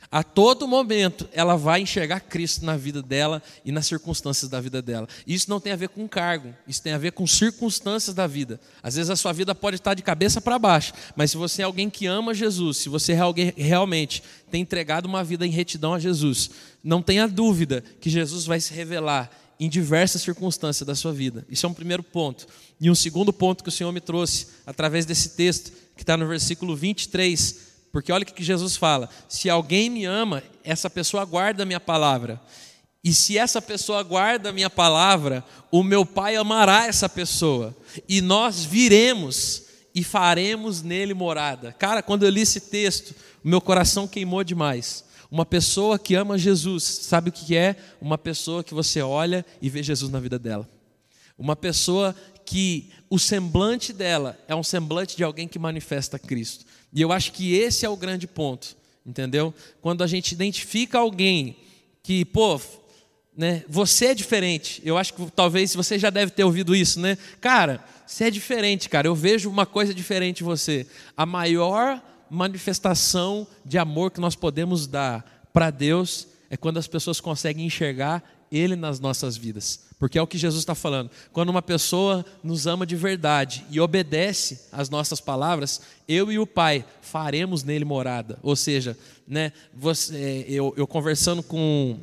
A todo momento ela vai enxergar Cristo na vida dela e nas circunstâncias da vida dela. Isso não tem a ver com cargo, isso tem a ver com circunstâncias da vida. Às vezes a sua vida pode estar de cabeça para baixo, mas se você é alguém que ama Jesus, se você é alguém realmente tem entregado uma vida em retidão a Jesus, não tenha dúvida que Jesus vai se revelar em diversas circunstâncias da sua vida. Isso é um primeiro ponto. E um segundo ponto que o Senhor me trouxe através desse texto, que está no versículo 23, porque olha o que Jesus fala: se alguém me ama, essa pessoa guarda a minha palavra. E se essa pessoa guarda a minha palavra, o meu Pai amará essa pessoa. E nós viremos e faremos nele morada. Cara, quando eu li esse texto, o meu coração queimou demais. Uma pessoa que ama Jesus, sabe o que é? Uma pessoa que você olha e vê Jesus na vida dela. Uma pessoa que o semblante dela é um semblante de alguém que manifesta Cristo. E eu acho que esse é o grande ponto, entendeu? Quando a gente identifica alguém que, né, você é diferente. Eu acho que talvez você já deve ter ouvido isso, né? Cara, você é diferente, cara. Eu vejo uma coisa diferente em você. A maior manifestação de amor que nós podemos dar para Deus é quando as pessoas conseguem enxergar Ele nas nossas vidas, porque é o que Jesus está falando. Quando uma pessoa nos ama de verdade e obedece às nossas palavras, eu e o Pai faremos nele morada. Ou seja, né, eu conversando com,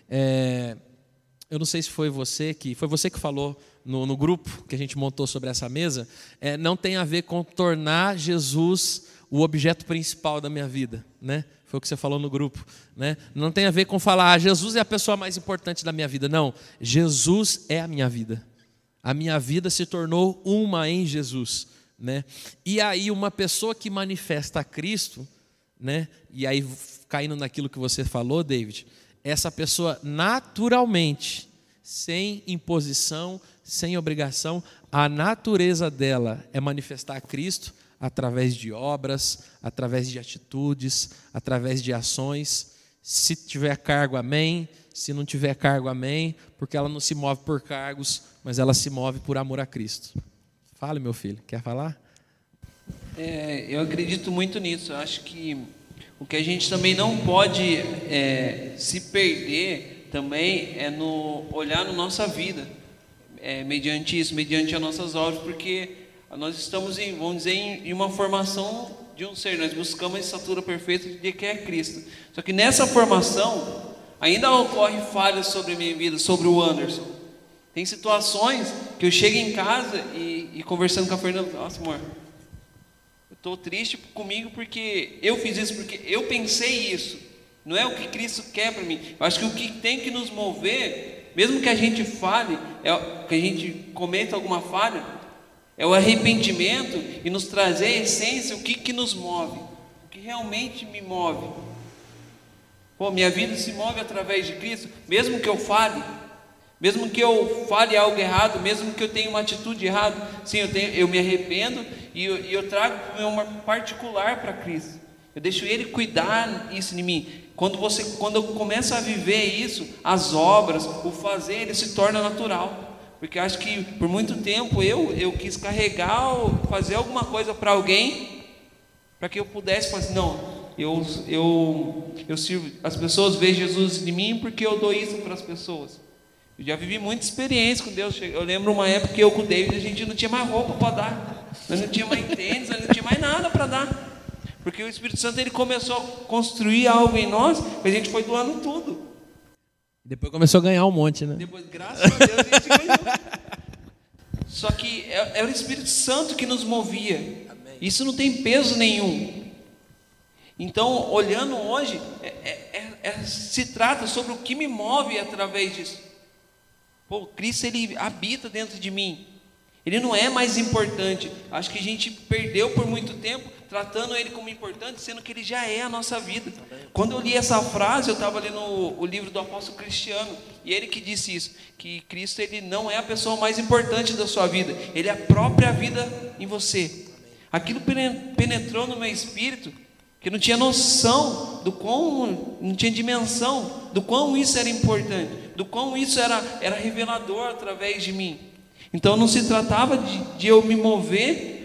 eu não sei se foi você que falou no grupo que a gente montou sobre essa mesa, não tem a ver com tornar Jesus o objeto principal da minha vida, né? Foi o que você falou no grupo, né? Não tem a ver com falar, Jesus é a pessoa mais importante da minha vida. Não, Jesus é a minha vida. A minha vida se tornou uma em Jesus, né? E aí uma pessoa que manifesta a Cristo, né? E aí caindo naquilo que você falou, David, essa pessoa naturalmente, sem imposição, sem obrigação, a natureza dela é manifestar a Cristo através de obras, através de atitudes, através de ações. Se tiver cargo, amém. Se não tiver cargo, amém. Porque ela não se move por cargos, mas ela se move por amor a Cristo. Fale, meu filho. Quer falar? Eu acredito muito nisso. Eu acho que o que a gente também não pode se perder também é no olhar na nossa vida, mediante isso, mediante as nossas obras, porque nós estamos, vamos dizer, em uma formação de um ser. Nós buscamos a estatura perfeita de que é Cristo. Só que nessa formação, ainda ocorre falhas sobre a minha vida, sobre o Anderson. Tem situações que eu chego em casa e conversando com a Fernanda, nossa, amor, eu estou triste comigo porque eu fiz isso, porque eu pensei isso. Não é o que Cristo quer para mim. Eu acho que o que tem que nos mover, mesmo que a gente fale, que a gente cometa alguma falha, é o arrependimento e nos trazer a essência, o que nos move, o que realmente me move. Minha vida se move através de Cristo, mesmo que eu fale algo errado, mesmo que eu tenha uma atitude errada, sim, eu me arrependo e eu trago uma particular para Cristo. Eu deixo Ele cuidar isso em mim. Quando eu começo a viver isso, as obras, o fazer, ele se torna natural. Porque eu acho que por muito tempo eu quis carregar ou fazer alguma coisa para alguém, para que eu pudesse falar assim, não, eu sirvo, as pessoas veem Jesus em mim porque eu dou isso para as pessoas. Eu já vivi muita experiência com Deus. Eu lembro uma época que eu com o David, a gente não tinha mais roupa para dar, nós não tinha mais tênis, nós não tinha mais nada para dar, porque o Espírito Santo ele começou a construir algo em nós, e a gente foi doando tudo. Depois começou a ganhar um monte, né? Depois, graças a Deus, a gente ganhou. Só que é o Espírito Santo que nos movia. Amém. Isso não tem peso nenhum. Então, olhando hoje, se trata sobre o que me move através disso. Cristo, ele habita dentro de mim. Ele não é mais importante. Acho que a gente perdeu por muito tempo tratando ele como importante, sendo que ele já é a nossa vida. Quando eu li essa frase, eu estava lendo o livro do apóstolo Cristiano, e ele que disse isso, que Cristo ele não é a pessoa mais importante da sua vida, ele é a própria vida em você. Aquilo penetrou no meu espírito, que eu não tinha noção do quão, não tinha dimensão do quão isso era importante, do quão isso era revelador através de mim. Então não se tratava de eu me mover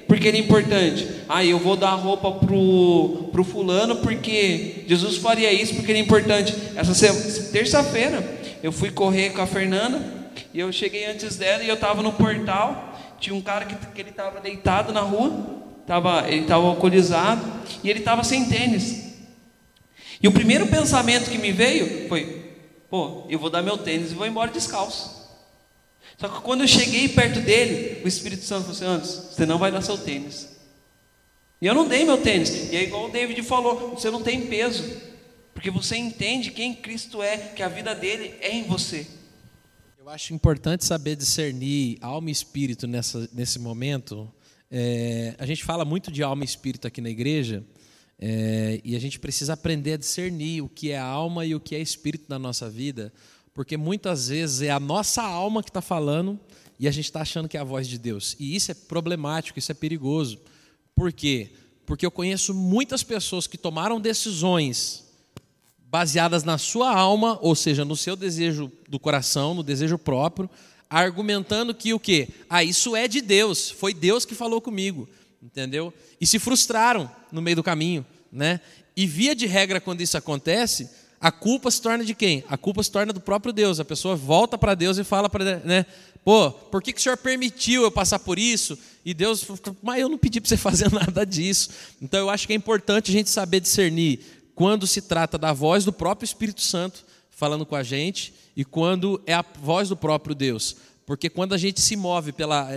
porque ele é importante. Eu vou dar roupa pro fulano porque Jesus faria isso porque ele é importante. Essa terça-feira eu fui correr com a Fernanda e eu cheguei antes dela e eu estava no portal. Tinha um cara que ele estava deitado na rua, ele estava alcoolizado e ele estava sem tênis. E o primeiro pensamento que me veio foi: eu vou dar meu tênis e vou embora descalço. Só que quando eu cheguei perto dele, o Espírito Santo falou assim: Anderson, você não vai dar seu tênis. E eu não dei meu tênis. E é igual o David falou: você não tem peso, porque você entende quem Cristo é, que a vida dele é em você. Eu acho importante saber discernir alma e espírito nesse momento. A gente fala muito de alma e espírito aqui na igreja, e a gente precisa aprender a discernir o que é alma e o que é espírito na nossa vida, porque muitas vezes é a nossa alma que está falando e a gente está achando que é a voz de Deus. E isso é problemático, isso é perigoso. Por quê? Porque eu conheço muitas pessoas que tomaram decisões baseadas na sua alma, ou seja, no seu desejo do coração, no desejo próprio, argumentando que o quê? Isso é de Deus, foi Deus que falou comigo, entendeu? E se frustraram no meio do caminho, né? E via de regra, quando isso acontece, a culpa se torna de quem? A culpa se torna do próprio Deus. A pessoa volta para Deus e fala para Deus, né? Por que o Senhor permitiu eu passar por isso? E Deus, mas eu não pedi para você fazer nada disso. Então eu acho que é importante a gente saber discernir quando se trata da voz do próprio Espírito Santo falando com a gente e quando é a voz do próprio Deus. Porque quando a gente se move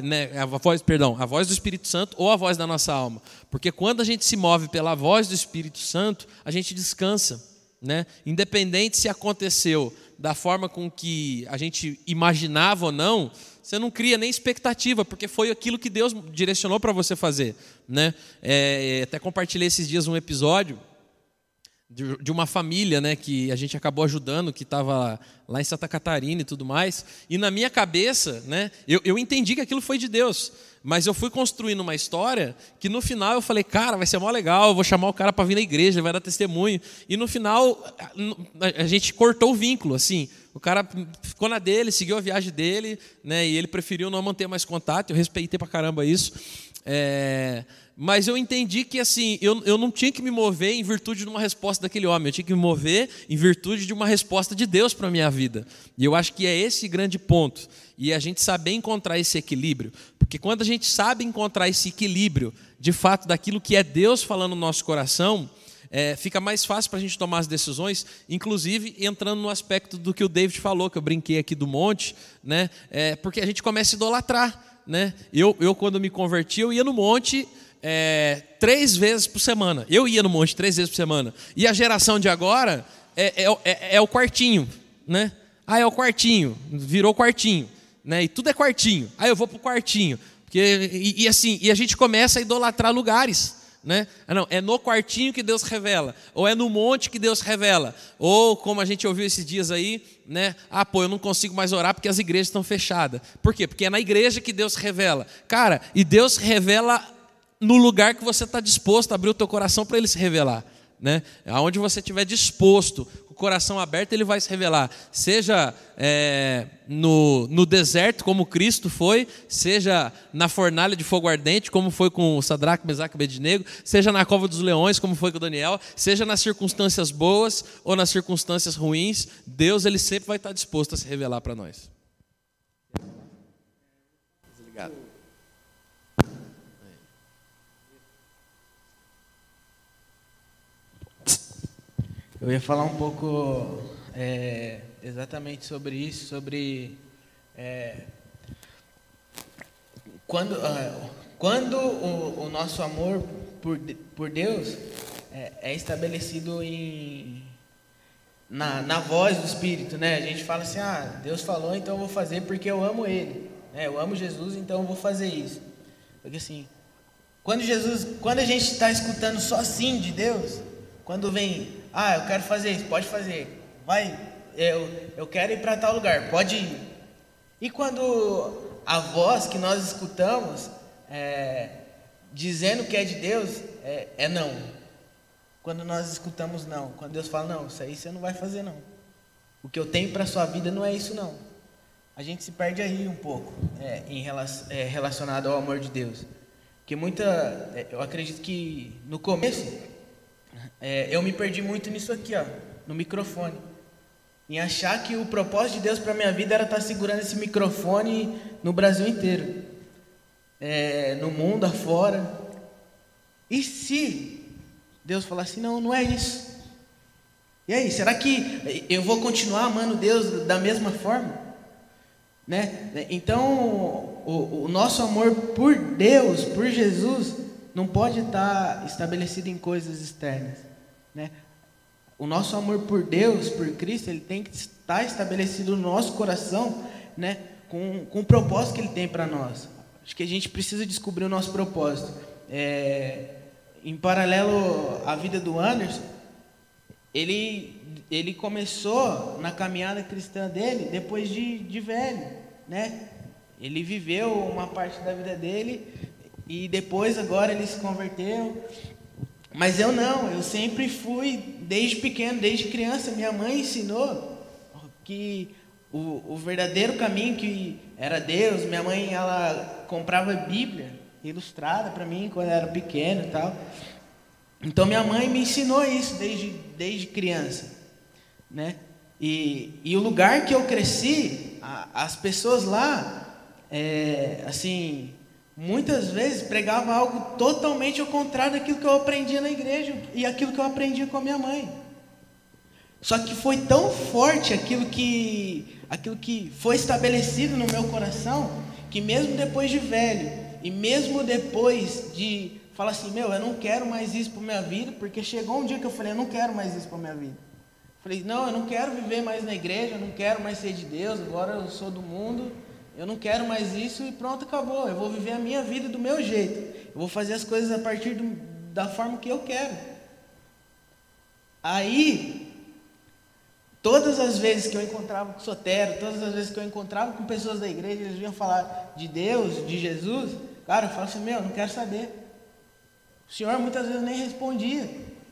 a voz do Espírito Santo ou a voz da nossa alma. Porque quando a gente se move pela voz do Espírito Santo, a gente descansa, né? Independente se aconteceu da forma com que a gente imaginava ou não, você não cria nem expectativa, porque foi aquilo que Deus direcionou para você fazer, né? Até compartilhei esses dias um episódio de uma família, né, que a gente acabou ajudando, que estava lá em Santa Catarina e tudo mais, e na minha cabeça, né, eu entendi que aquilo foi de Deus, mas eu fui construindo uma história que no final eu falei, cara, vai ser mó legal, eu vou chamar o cara para vir na igreja, ele vai dar testemunho, e no final a gente cortou o vínculo, assim, o cara ficou na dele, seguiu a viagem dele, né, e ele preferiu não manter mais contato, eu respeitei pra caramba isso, mas eu entendi que assim, eu não tinha que me mover em virtude de uma resposta daquele homem, eu tinha que me mover em virtude de uma resposta de Deus para a minha vida. E eu acho que é esse grande ponto. E a gente saber encontrar esse equilíbrio. Porque quando a gente sabe encontrar esse equilíbrio, de fato, daquilo que é Deus falando no nosso coração, fica mais fácil para a gente tomar as decisões, inclusive entrando no aspecto do que o David falou, que eu brinquei aqui do monte, né? Porque a gente começa a idolatrar, né? Eu quando me converti, eu ia no monte 3 vezes por semana. Eu ia no monte 3 vezes por semana. E a geração de agora é o quartinho, né? É o quartinho, virou quartinho, né? E tudo é quartinho. Eu vou pro quartinho. E a gente começa a idolatrar lugares, né? Não, é no quartinho que Deus revela, ou é no monte que Deus revela, ou como a gente ouviu esses dias aí, né? Eu não consigo mais orar porque as igrejas estão fechadas. Por quê? Porque é na igreja que Deus revela. Cara, e Deus revela no lugar que você está disposto a abrir o teu coração para Ele se revelar, né? Aonde você estiver disposto, com o coração aberto, Ele vai se revelar. Seja no deserto, como Cristo foi, seja na fornalha de fogo ardente, como foi com Sadraque, Mesaque e Abednego, seja na cova dos leões, como foi com Daniel, seja nas circunstâncias boas ou nas circunstâncias ruins, Deus ele sempre vai estar disposto a se revelar para nós. Obrigado. Eu ia falar um pouco exatamente sobre isso, sobre quando o nosso amor por Deus é estabelecido na voz do Espírito, né? A gente fala assim, Deus falou, então eu vou fazer porque eu amo Ele, né? Eu amo Jesus, então eu vou fazer isso. Porque assim, quando a gente está escutando só sim de Deus, quando vem, eu quero fazer isso, pode fazer, vai, eu quero ir para tal lugar, pode ir. E quando a voz que nós escutamos dizendo que é de Deus, é não. Quando nós escutamos não, quando Deus fala, não, isso aí você não vai fazer não. O que eu tenho para a sua vida não é isso não. A gente se perde aí um pouco relacionado ao amor de Deus. Porque eu acredito que no começo, eu me perdi muito nisso aqui, ó, no microfone. Em achar que o propósito de Deus para a minha vida era estar segurando esse microfone no Brasil inteiro. No mundo afora. E se Deus falar assim, não é isso? E aí, será que eu vou continuar amando Deus da mesma forma? Né? Então, o nosso amor por Deus, por Jesus, não pode estar estabelecido em coisas externas, né? O nosso amor por Deus, por Cristo, ele tem que estar estabelecido no nosso coração, né? Com o propósito que Ele tem para nós. Acho que a gente precisa descobrir o nosso propósito. Em paralelo à vida do Anderson, ele começou na caminhada cristã dele depois de velho, né? Ele viveu uma parte da vida dele e depois agora ele se converteu. Mas eu sempre fui, desde pequeno, desde criança, minha mãe ensinou que o verdadeiro caminho que era Deus. Minha mãe, ela comprava Bíblia ilustrada para mim quando eu era pequeno e tal. Então minha mãe me ensinou isso desde criança, né? E o lugar que eu cresci, as pessoas lá, assim, muitas vezes pregavam algo totalmente ao contrário daquilo que eu aprendia na igreja e aquilo que eu aprendia com a minha mãe. Só que foi tão forte aquilo que foi estabelecido no meu coração, que mesmo depois de velho, e mesmo depois de falar assim, eu não quero mais isso para minha vida, porque chegou um dia que eu falei, eu não quero mais isso para minha vida. Falei, não, eu não quero viver mais na igreja, eu não quero mais ser de Deus, agora eu sou do mundo, eu não quero mais isso e pronto, acabou. Eu vou viver a minha vida do meu jeito, eu vou fazer as coisas a partir da forma que eu quero. Aí, todas as vezes que eu encontrava com Sotero, todas as vezes que eu encontrava com pessoas da igreja, eles vinham falar de Deus, de Jesus, cara, eu falava assim, não quero saber. O Senhor muitas vezes nem respondia.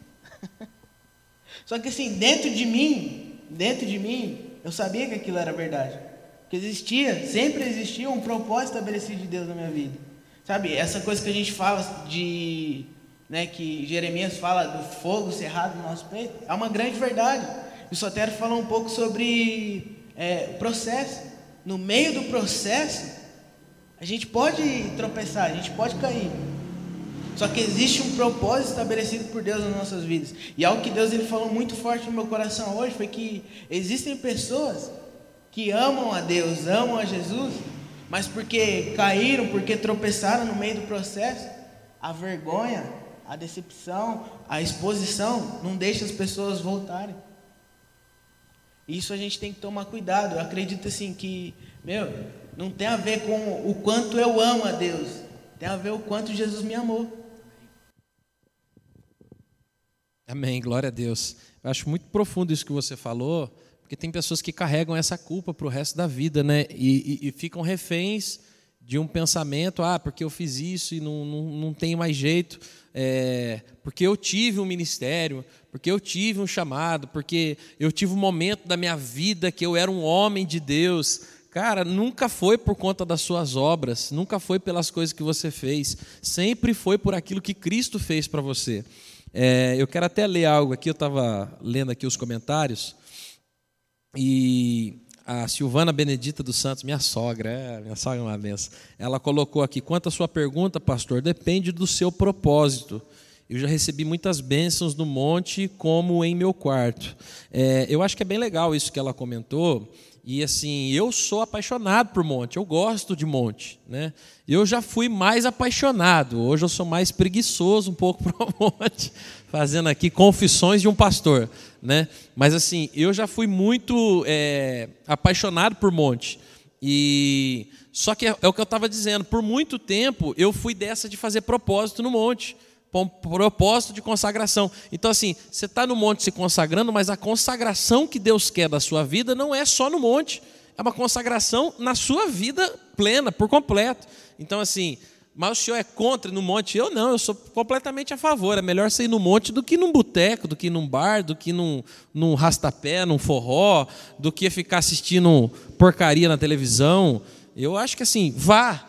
Só que assim, dentro de mim, eu sabia que aquilo era verdade. Que sempre existia um propósito estabelecido de Deus na minha vida. Sabe, essa coisa que a gente fala que Jeremias fala do fogo cerrado no nosso peito, é uma grande verdade. O Sotero falou um pouco sobre o processo. No meio do processo, a gente pode tropeçar, a gente pode cair. Só que existe um propósito estabelecido por Deus nas nossas vidas. E algo que Deus ele falou muito forte no meu coração hoje foi que existem pessoas que amam a Deus, amam a Jesus, mas porque caíram, porque tropeçaram no meio do processo, a vergonha, a decepção, a exposição não deixa as pessoas voltarem. Isso a gente tem que tomar cuidado. Eu acredito assim que, não tem a ver com o quanto eu amo a Deus, tem a ver o quanto Jesus me amou. Amém, glória a Deus. Eu acho muito profundo isso que você falou, porque tem pessoas que carregam essa culpa para o resto da vida, né? E ficam reféns de um pensamento, porque eu fiz isso e não tem mais jeito, porque eu tive um ministério, porque eu tive um chamado, porque eu tive um momento da minha vida que eu era um homem de Deus. Cara, nunca foi por conta das suas obras, nunca foi pelas coisas que você fez, sempre foi por aquilo que Cristo fez para você. Eu quero até ler algo aqui, eu estava lendo aqui os comentários, e a Silvana Benedita dos Santos, minha sogra é uma benção, ela colocou aqui, quanto à sua pergunta, pastor, depende do seu propósito. Eu já recebi muitas bênçãos no monte, como em meu quarto. Eu acho que é bem legal isso que ela comentou. E assim, eu sou apaixonado por monte, eu gosto de monte, né? Eu já fui mais apaixonado, hoje eu sou mais preguiçoso um pouco para o monte, fazendo aqui confissões de um pastor, né? Mas assim, eu já fui muito apaixonado por monte. E só que é o que eu estava dizendo, por muito tempo eu fui dessa de fazer propósito no monte, propósito de consagração. Então assim, você está no monte se consagrando, mas a consagração que Deus quer da sua vida não é só no monte, é uma consagração na sua vida plena, por completo. Então assim, mas o senhor é contra ir no monte? Eu não, eu sou completamente a favor. É melhor você ir no monte do que num boteco, do que num bar, do que num rastapé, num forró, do que ficar assistindo porcaria na televisão. Eu acho que assim, vá.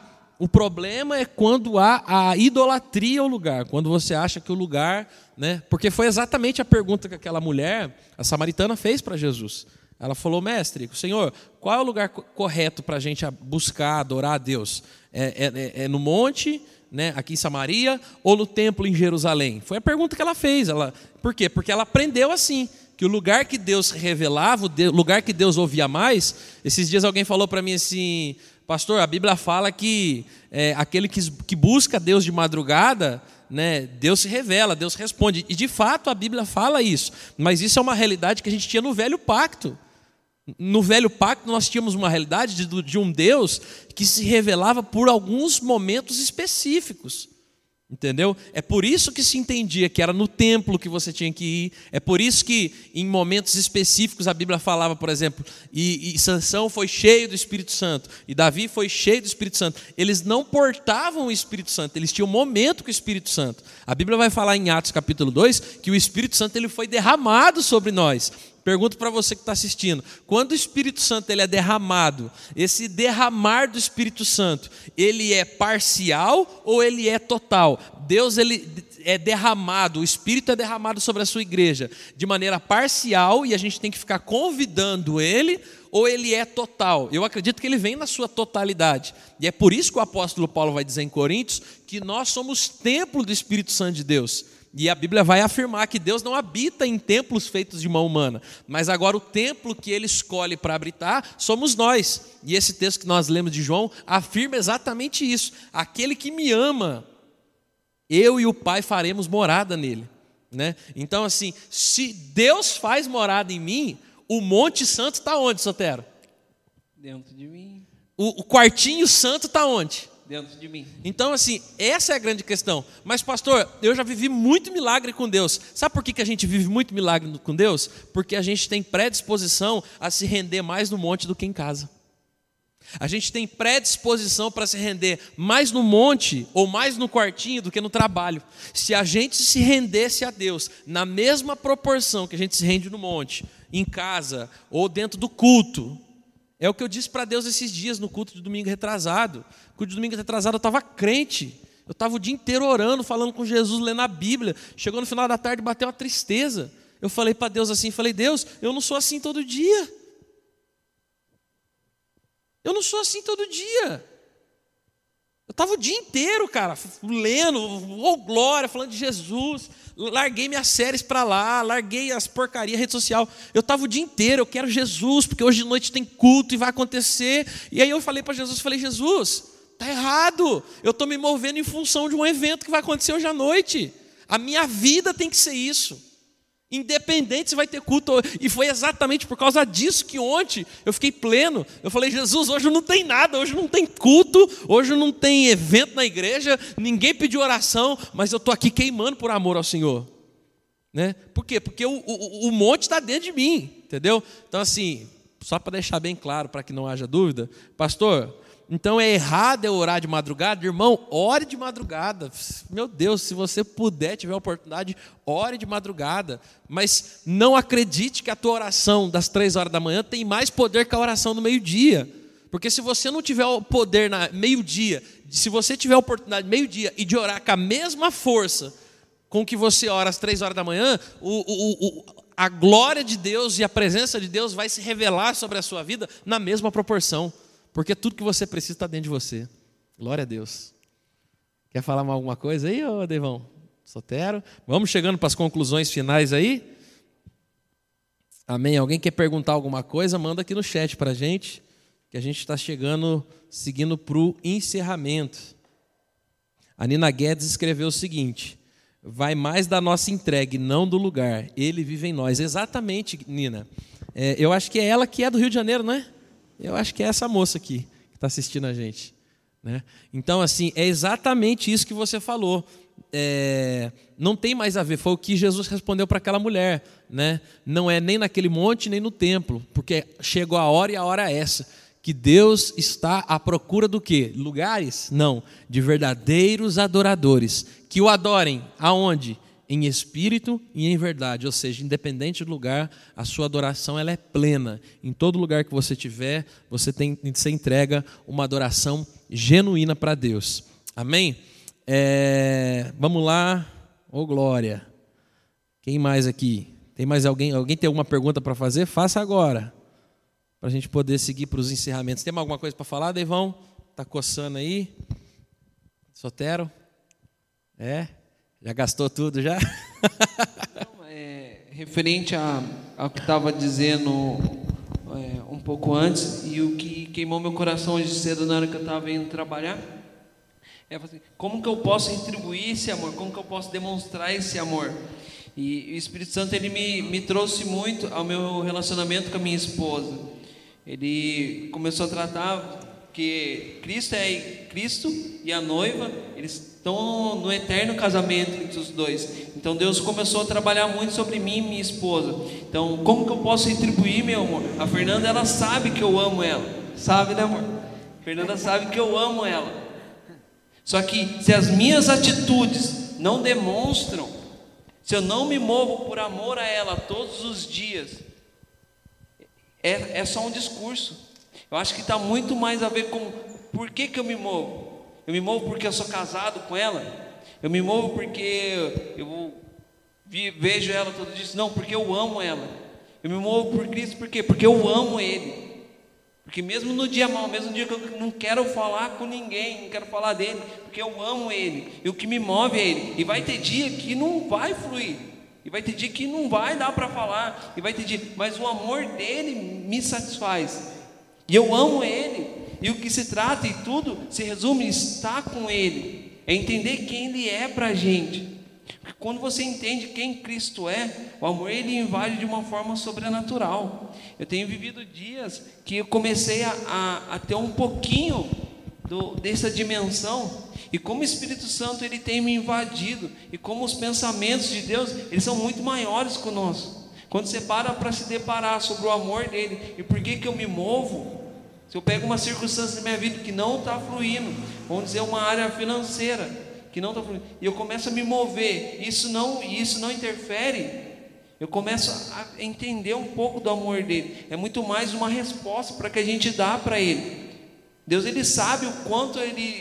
O problema é quando há a idolatria ao lugar, quando você acha que o lugar, né? Porque foi exatamente a pergunta que aquela mulher, a samaritana, fez para Jesus. Ela falou: mestre, Senhor, qual é o lugar correto para a gente buscar, adorar a Deus? É no monte, né, aqui em Samaria, ou no templo em Jerusalém? Foi a pergunta que ela fez. Por quê? Porque ela aprendeu assim, que o lugar que Deus revelava, o lugar que Deus ouvia mais. Esses dias alguém falou para mim assim: pastor, a Bíblia fala que aquele que busca Deus de madrugada, né, Deus se revela, Deus responde. E de fato a Bíblia fala isso, mas isso é uma realidade que a gente tinha no Velho Pacto. No Velho Pacto nós tínhamos uma realidade de um Deus que se revelava por alguns momentos específicos. Entendeu? É por isso que se entendia que era no templo que você tinha que ir. É por isso que em momentos específicos a Bíblia falava, por exemplo, e Sansão foi cheio do Espírito Santo, e Davi foi cheio do Espírito Santo. Eles não portavam o Espírito Santo, eles tinham um momento com o Espírito Santo. A Bíblia vai falar em Atos capítulo 2 que o Espírito Santo ele foi derramado sobre nós. Pergunto para você que está assistindo: quando o Espírito Santo ele é derramado, esse derramar do Espírito Santo, ele é parcial ou ele é total? Deus ele é derramado, o Espírito é derramado sobre a sua igreja de maneira parcial e a gente tem que ficar convidando ele, ou ele é total? Eu acredito que ele vem na sua totalidade. E é por isso que o apóstolo Paulo vai dizer em Coríntios que nós somos templo do Espírito Santo de Deus. E a Bíblia vai afirmar que Deus não habita em templos feitos de mão humana, mas agora o templo que Ele escolhe para habitar somos nós. E esse texto que nós lemos de João afirma exatamente isso: aquele que me ama, eu e o Pai faremos morada nele, né? Então assim, se Deus faz morada em mim, o Monte Santo está onde, Sotero? Dentro de mim. O quartinho santo está onde? Dentro de mim. Então, assim, essa é a grande questão. Mas, pastor, eu já vivi muito milagre com Deus. Sabe por que a gente vive muito milagre com Deus? Porque a gente tem predisposição a se render mais no monte do que em casa. A gente tem predisposição para se render mais no monte ou mais no quartinho do que no trabalho. Se a gente se rendesse a Deus na mesma proporção que a gente se rende no monte, em casa ou dentro do culto, é o que eu disse para Deus esses dias no culto de domingo retrasado. No culto de domingo retrasado eu estava crente. Eu estava o dia inteiro orando, falando com Jesus, lendo a Bíblia. Chegou no final da tarde, bateu uma tristeza. Eu falei para Deus assim, Deus, eu não sou assim todo dia. Eu não sou assim todo dia. Eu estava o dia inteiro, cara, lendo, glória, falando de Jesus. Larguei minhas séries para lá, larguei as porcarias, rede social. Eu estava o dia inteiro, eu quero Jesus, porque hoje de noite tem culto e vai acontecer. E aí eu falei para Jesus, Jesus, está errado. Eu estou me movendo em função de um evento que vai acontecer hoje à noite. A minha vida tem que ser isso. Independente se vai ter culto. E foi exatamente por causa disso que ontem eu fiquei pleno. Eu falei, Jesus, hoje não tem nada, hoje não tem culto, hoje não tem evento na igreja, ninguém pediu oração, mas eu estou aqui queimando por amor ao Senhor. Né? Por quê? Porque o monte está dentro de mim, entendeu? Então assim, só para deixar bem claro, para que não haja dúvida, pastor, então é errado eu orar de madrugada? Irmão, ore de madrugada. Meu Deus, se você puder, tiver a oportunidade, ore de madrugada. Mas não acredite que a tua oração das 3 horas da manhã tem mais poder que a oração do meio-dia. Porque se você não tiver o poder na meio-dia, se você tiver a oportunidade meio-dia e de orar com a mesma força com que você ora às 3 horas da manhã, a glória de Deus e a presença de Deus vai se revelar sobre a sua vida na mesma proporção. Porque tudo que você precisa está dentro de você. Glória a Deus. Quer falar mais alguma coisa aí, ô Deivão? Sotero? Vamos chegando para as conclusões finais aí? Amém? Alguém quer perguntar alguma coisa? Manda aqui no chat para a gente, que a gente está chegando, seguindo para o encerramento. A Nina Guedes escreveu o seguinte: vai mais da nossa entrega, não do lugar. Ele vive em nós. Exatamente, Nina. Eu acho que é ela que é do Rio de Janeiro, não é? Eu acho que é essa moça aqui que está assistindo a gente. Né? Então, assim, é exatamente isso que você falou. Não tem mais a ver, foi o que Jesus respondeu para aquela mulher. Né? Não é nem naquele monte, nem no templo, porque chegou a hora e a hora é essa, que Deus está à procura do quê? Lugares? Não, de verdadeiros adoradores, que o adorem, aonde? em espírito e em verdade, ou seja, independente do lugar, a sua adoração ela é plena. Em todo lugar que você estiver, você entrega uma adoração genuína para Deus. Amém? Vamos lá. Ô glória. Quem mais aqui? Tem mais alguém? Alguém tem alguma pergunta para fazer? Faça agora, para a gente poder seguir para os encerramentos. Tem alguma coisa para falar, Deivão? Está coçando aí? Sotero? Já gastou tudo já? Não, referente ao que estava dizendo um pouco antes, e o que queimou meu coração hoje cedo na hora que eu estava indo trabalhar, assim, como que eu posso retribuir esse amor? Como que eu posso demonstrar esse amor? E o Espírito Santo ele me trouxe muito ao meu relacionamento com a minha esposa. Ele começou a tratar que Cristo e a noiva, eles estão no eterno casamento entre os dois. Então Deus começou a trabalhar muito sobre mim e minha esposa. Então, como que eu posso retribuir, meu amor? A Fernanda, ela sabe que eu amo ela. Sabe, né, amor? A Fernanda sabe que eu amo ela. Só que se as minhas atitudes não demonstram, se eu não me movo por amor a ela todos os dias, é só um discurso. Eu acho que está muito mais a ver com por que eu me movo. Eu me movo porque eu sou casado com ela. Eu me movo porque eu vejo ela todo dia. Não, porque eu amo ela. Eu me movo por Cristo, por quê? Porque eu amo Ele. Porque mesmo no dia mau, mesmo no dia que eu não quero falar com ninguém, não quero falar dele, porque eu amo Ele. E o que me move é Ele. E vai ter dia que não vai fluir. E vai ter dia que não vai dar para falar. E vai ter dia, mas o amor dele me satisfaz. E eu amo Ele, e o que se trata e tudo se resume em estar com Ele, é entender quem Ele é para a gente. Porque quando você entende quem Cristo é, o amor Ele invade de uma forma sobrenatural. Eu tenho vivido dias que eu comecei a ter um pouquinho dessa dimensão, e como o Espírito Santo Ele tem me invadido, e como os pensamentos de Deus, eles são muito maiores que o nosso. Quando você para se deparar sobre o amor dele, e por que eu me movo, se eu pego uma circunstância da minha vida que não está fluindo, vamos dizer uma área financeira, que não está fluindo, e eu começo a me mover, isso não interfere, eu começo a entender um pouco do amor dele, é muito mais uma resposta para que a gente dá para ele. Deus ele sabe o quanto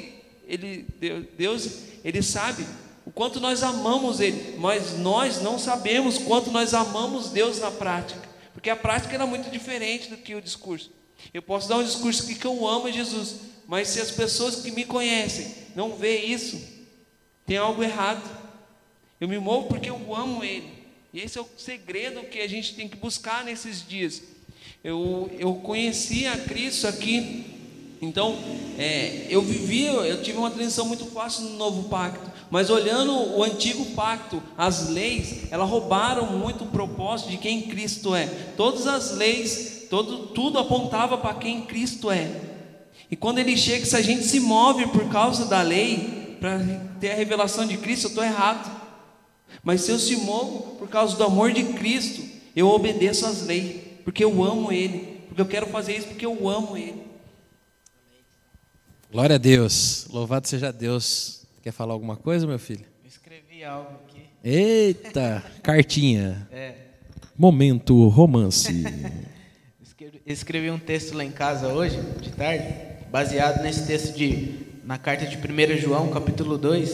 Deus ele sabe o quanto nós amamos Ele, mas nós não sabemos quanto nós amamos Deus na prática, porque a prática era muito diferente do que o discurso. Eu posso dar um discurso aqui que eu amo Jesus, mas se as pessoas que me conhecem não veem isso, tem algo errado. Eu me movo porque eu amo Ele, e esse é o segredo que a gente tem que buscar nesses dias. Eu conheci a Cristo aqui, então eu tive uma transição muito fácil no novo pacto, mas olhando o antigo pacto, as leis, elas roubaram muito o propósito de quem Cristo é. Todas as leis, tudo apontava para quem Cristo é. E quando Ele chega, se a gente se move por causa da lei, para ter a revelação de Cristo, eu estou errado. Mas se eu se movo por causa do amor de Cristo, eu obedeço às leis, porque eu amo Ele, porque eu quero fazer isso porque eu amo Ele. Glória a Deus, louvado seja Deus. Quer falar alguma coisa, meu filho? Eu escrevi algo aqui. Eita, cartinha. Momento romance. Escrevi um texto lá em casa hoje, de tarde, baseado nesse texto na carta de 1 João, capítulo 2.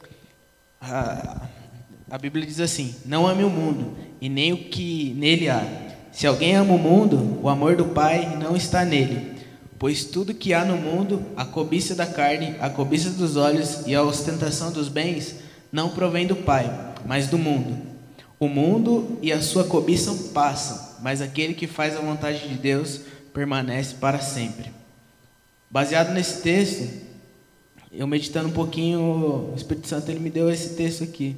A Bíblia diz assim: não ame o mundo e nem o que nele há. Se alguém ama o mundo, o amor do Pai não está nele. Pois tudo que há no mundo, a cobiça da carne, a cobiça dos olhos e a ostentação dos bens, não provém do Pai, mas do mundo. O mundo e a sua cobiça passam, mas aquele que faz a vontade de Deus permanece para sempre. Baseado nesse texto, eu meditando um pouquinho, o Espírito Santo ele me deu esse texto aqui.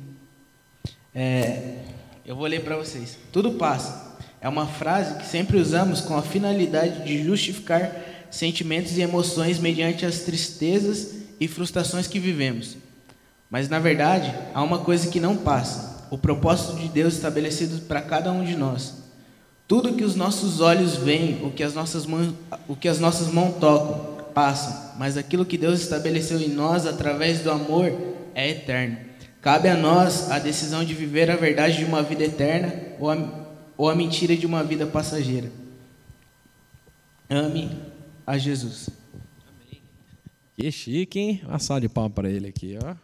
Eu vou ler para vocês. Tudo passa. É uma frase que sempre usamos com a finalidade de justificar sentimentos e emoções mediante as tristezas e frustrações que vivemos. Mas, na verdade, há uma coisa que não passa: o propósito de Deus estabelecido para cada um de nós. Tudo que os nossos olhos veem, o que as nossas mãos tocam, passam, mas aquilo que Deus estabeleceu em nós através do amor é eterno. Cabe a nós a decisão de viver a verdade de uma vida eterna ou a mentira de uma vida passageira. Ame a Jesus. Que chique, hein? Uma salva de palmas para ele aqui, ó.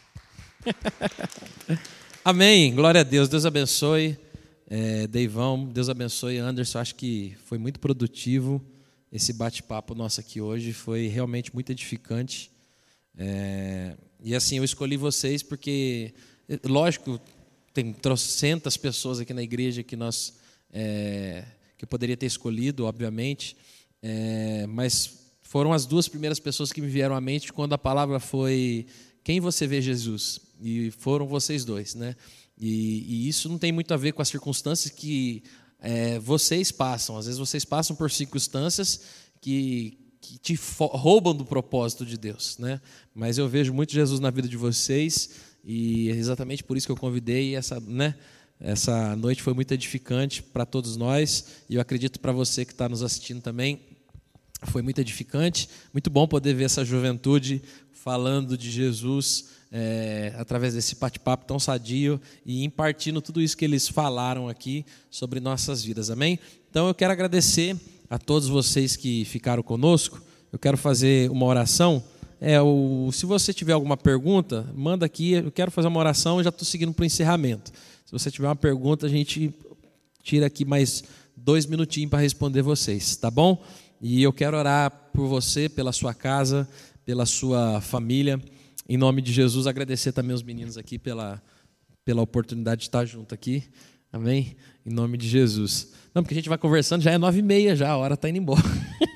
Amém. Glória a Deus. Deus abençoe, Deivão. Deus abençoe, Anderson. Acho que foi muito produtivo esse bate-papo nosso aqui hoje. Foi realmente muito edificante. E assim, eu escolhi vocês porque, lógico, tem trocentas pessoas aqui na igreja que que eu poderia ter escolhido, obviamente, mas foram as duas primeiras pessoas que me vieram à mente quando a palavra foi: quem você vê Jesus? E foram vocês dois, né? E isso não tem muito a ver com as circunstâncias que vocês passam. Às vezes vocês passam por circunstâncias que te roubam do propósito de Deus, né? Mas eu vejo muito Jesus na vida de vocês e é exatamente por isso que eu convidei. Essa noite foi muito edificante para todos nós e eu acredito para você que está nos assistindo também. Foi muito edificante, muito bom poder ver essa juventude falando de Jesus através desse bate-papo tão sadio e impartindo tudo isso que eles falaram aqui sobre nossas vidas, amém? Então eu quero agradecer a todos vocês que ficaram conosco. Eu quero fazer uma oração. Se você tiver alguma pergunta, manda aqui, eu quero fazer uma oração e já estou seguindo para o encerramento. Se você tiver uma pergunta, a gente tira aqui mais 2 minutinhos para responder vocês, tá bom? E eu quero orar por você, pela sua casa, pela sua família. Em nome de Jesus, agradecer também os meninos aqui pela oportunidade de estar junto aqui. Amém? Em nome de Jesus. Não, porque a gente vai conversando, já é 9h30 já, a hora está indo embora.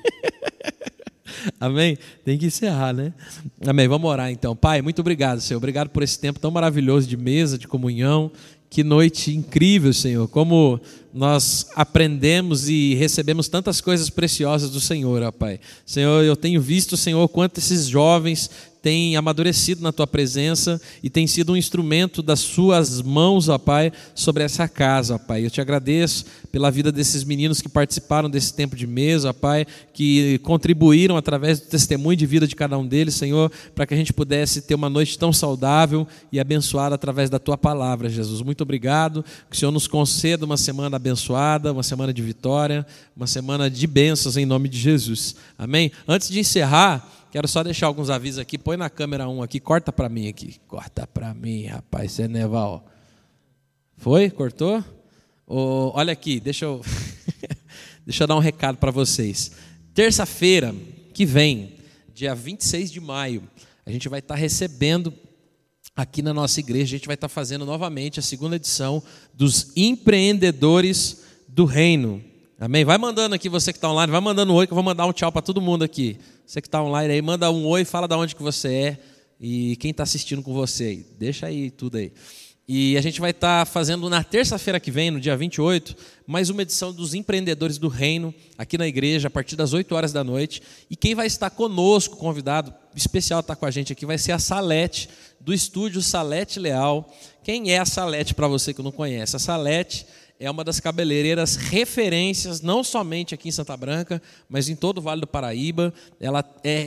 Amém? Tem que encerrar, né? Amém, vamos orar então. Pai, muito obrigado, Senhor. Obrigado por esse tempo tão maravilhoso de mesa, de comunhão. Que noite incrível, Senhor. Como nós aprendemos e recebemos tantas coisas preciosas do Senhor, ó Pai. Senhor, eu tenho visto, Senhor, quanto esses jovens têm amadurecido na Tua presença e tem sido um instrumento das Suas mãos, ó Pai, sobre essa casa, ó Pai. Eu te agradeço pela vida desses meninos que participaram desse tempo de mesa, ó Pai, que contribuíram através do testemunho de vida de cada um deles, Senhor, para que a gente pudesse ter uma noite tão saudável e abençoada através da Tua palavra, Jesus. Muito obrigado, que o Senhor nos conceda uma semana abençoada, uma semana de vitória, uma semana de bênçãos em nome de Jesus. Amém? Antes de encerrar, quero só deixar alguns avisos aqui. Põe na câmera 1 aqui, corta para mim aqui. Corta para mim, rapaz, você é Neval. Foi? Cortou? Olha aqui, deixa eu dar um recado para vocês. Terça-feira que vem, dia 26 de maio, a gente vai estar recebendo aqui na nossa igreja, a gente vai estar fazendo novamente a 2ª edição dos Empreendedores do Reino. Amém? Vai mandando aqui, você que está online, vai mandando um oi, que eu vou mandar um tchau para todo mundo aqui. Você que está online aí, manda um oi, fala de onde que você é e quem está assistindo com você aí. Deixa aí tudo aí. E a gente vai estar fazendo na terça-feira que vem, no dia 28, mais uma edição dos Empreendedores do Reino, aqui na igreja, a partir das 8h da noite. E quem vai estar conosco, convidado especial a estar com a gente aqui, vai ser a Salete, do estúdio Salete Leal. Quem é a Salete, para você que não conhece? A Salete é uma das cabeleireiras referências, não somente aqui em Santa Branca, mas em todo o Vale do Paraíba. Ela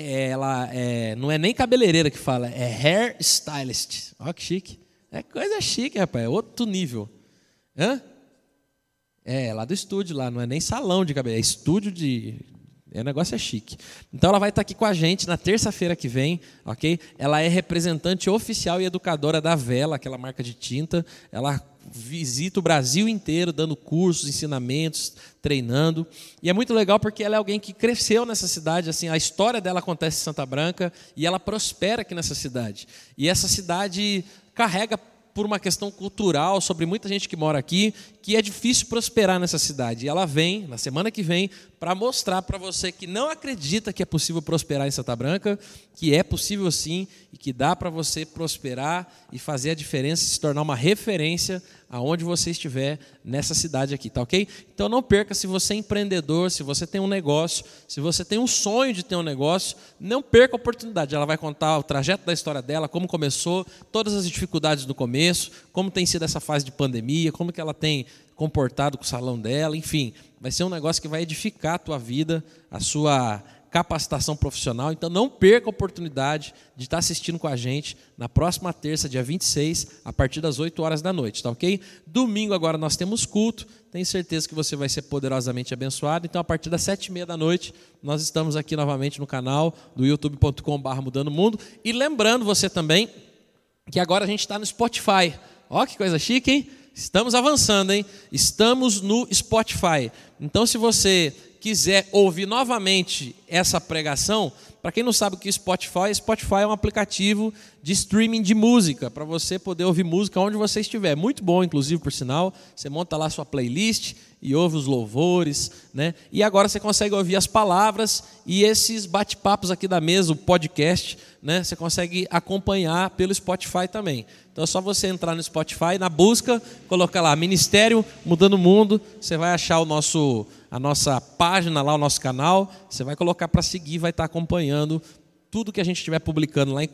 não é nem cabeleireira que fala, é hair stylist. Olha que chique. É coisa chique, rapaz, é outro nível. Hã? Lá do estúdio, lá, não é nem salão de cabelo, é estúdio de... O negócio é chique. Então ela vai estar aqui com a gente na terça-feira que vem, ok? Ela é representante oficial e educadora da Vela, aquela marca de tinta. Ela visita o Brasil inteiro, dando cursos, ensinamentos, treinando. E é muito legal porque ela é alguém que cresceu nessa cidade. Assim, a história dela acontece em Santa Branca e ela prospera aqui nessa cidade. E essa cidade carrega por uma questão cultural, sobre muita gente que mora aqui, que é difícil prosperar nessa cidade. E ela vem, na semana que vem, para mostrar para você que não acredita que é possível prosperar em Santa Branca, que é possível sim, e que dá para você prosperar e fazer a diferença, se tornar uma referência aonde você estiver nessa cidade aqui, tá ok? Então não perca, se você é empreendedor, se você tem um negócio, se você tem um sonho de ter um negócio, não perca a oportunidade. Ela vai contar o trajeto da história dela, como começou, todas as dificuldades do começo, como tem sido essa fase de pandemia, como que ela tem comportado com o salão dela, enfim, vai ser um negócio que vai edificar a tua vida, a sua capacitação profissional. Então não perca a oportunidade de estar assistindo com a gente na próxima terça, dia 26, a partir das 8 horas da noite, tá ok? Domingo agora nós temos culto, tenho certeza que você vai ser poderosamente abençoado. Então a partir das 7h30 da noite, nós estamos aqui novamente no canal do youtube.com/Mudando o Mundo. E lembrando você também que agora a gente está no Spotify. Ó, que coisa chique, hein? Estamos avançando, hein? Estamos no Spotify. Então, se você quiser ouvir novamente essa pregação, para quem não sabe o que é Spotify é um aplicativo de streaming de música, para você poder ouvir música onde você estiver. Muito bom, inclusive, por sinal. Você monta lá sua playlist e ouve os louvores, né? E agora você consegue ouvir as palavras e esses bate-papos aqui da mesa, o podcast, né? Você consegue acompanhar pelo Spotify também. Então é só você entrar no Spotify, na busca, colocar lá Ministério Mudando o Mundo, você vai achar a nossa página lá, o nosso canal, você vai colocar para seguir, vai estar acompanhando tudo que a gente estiver publicando lá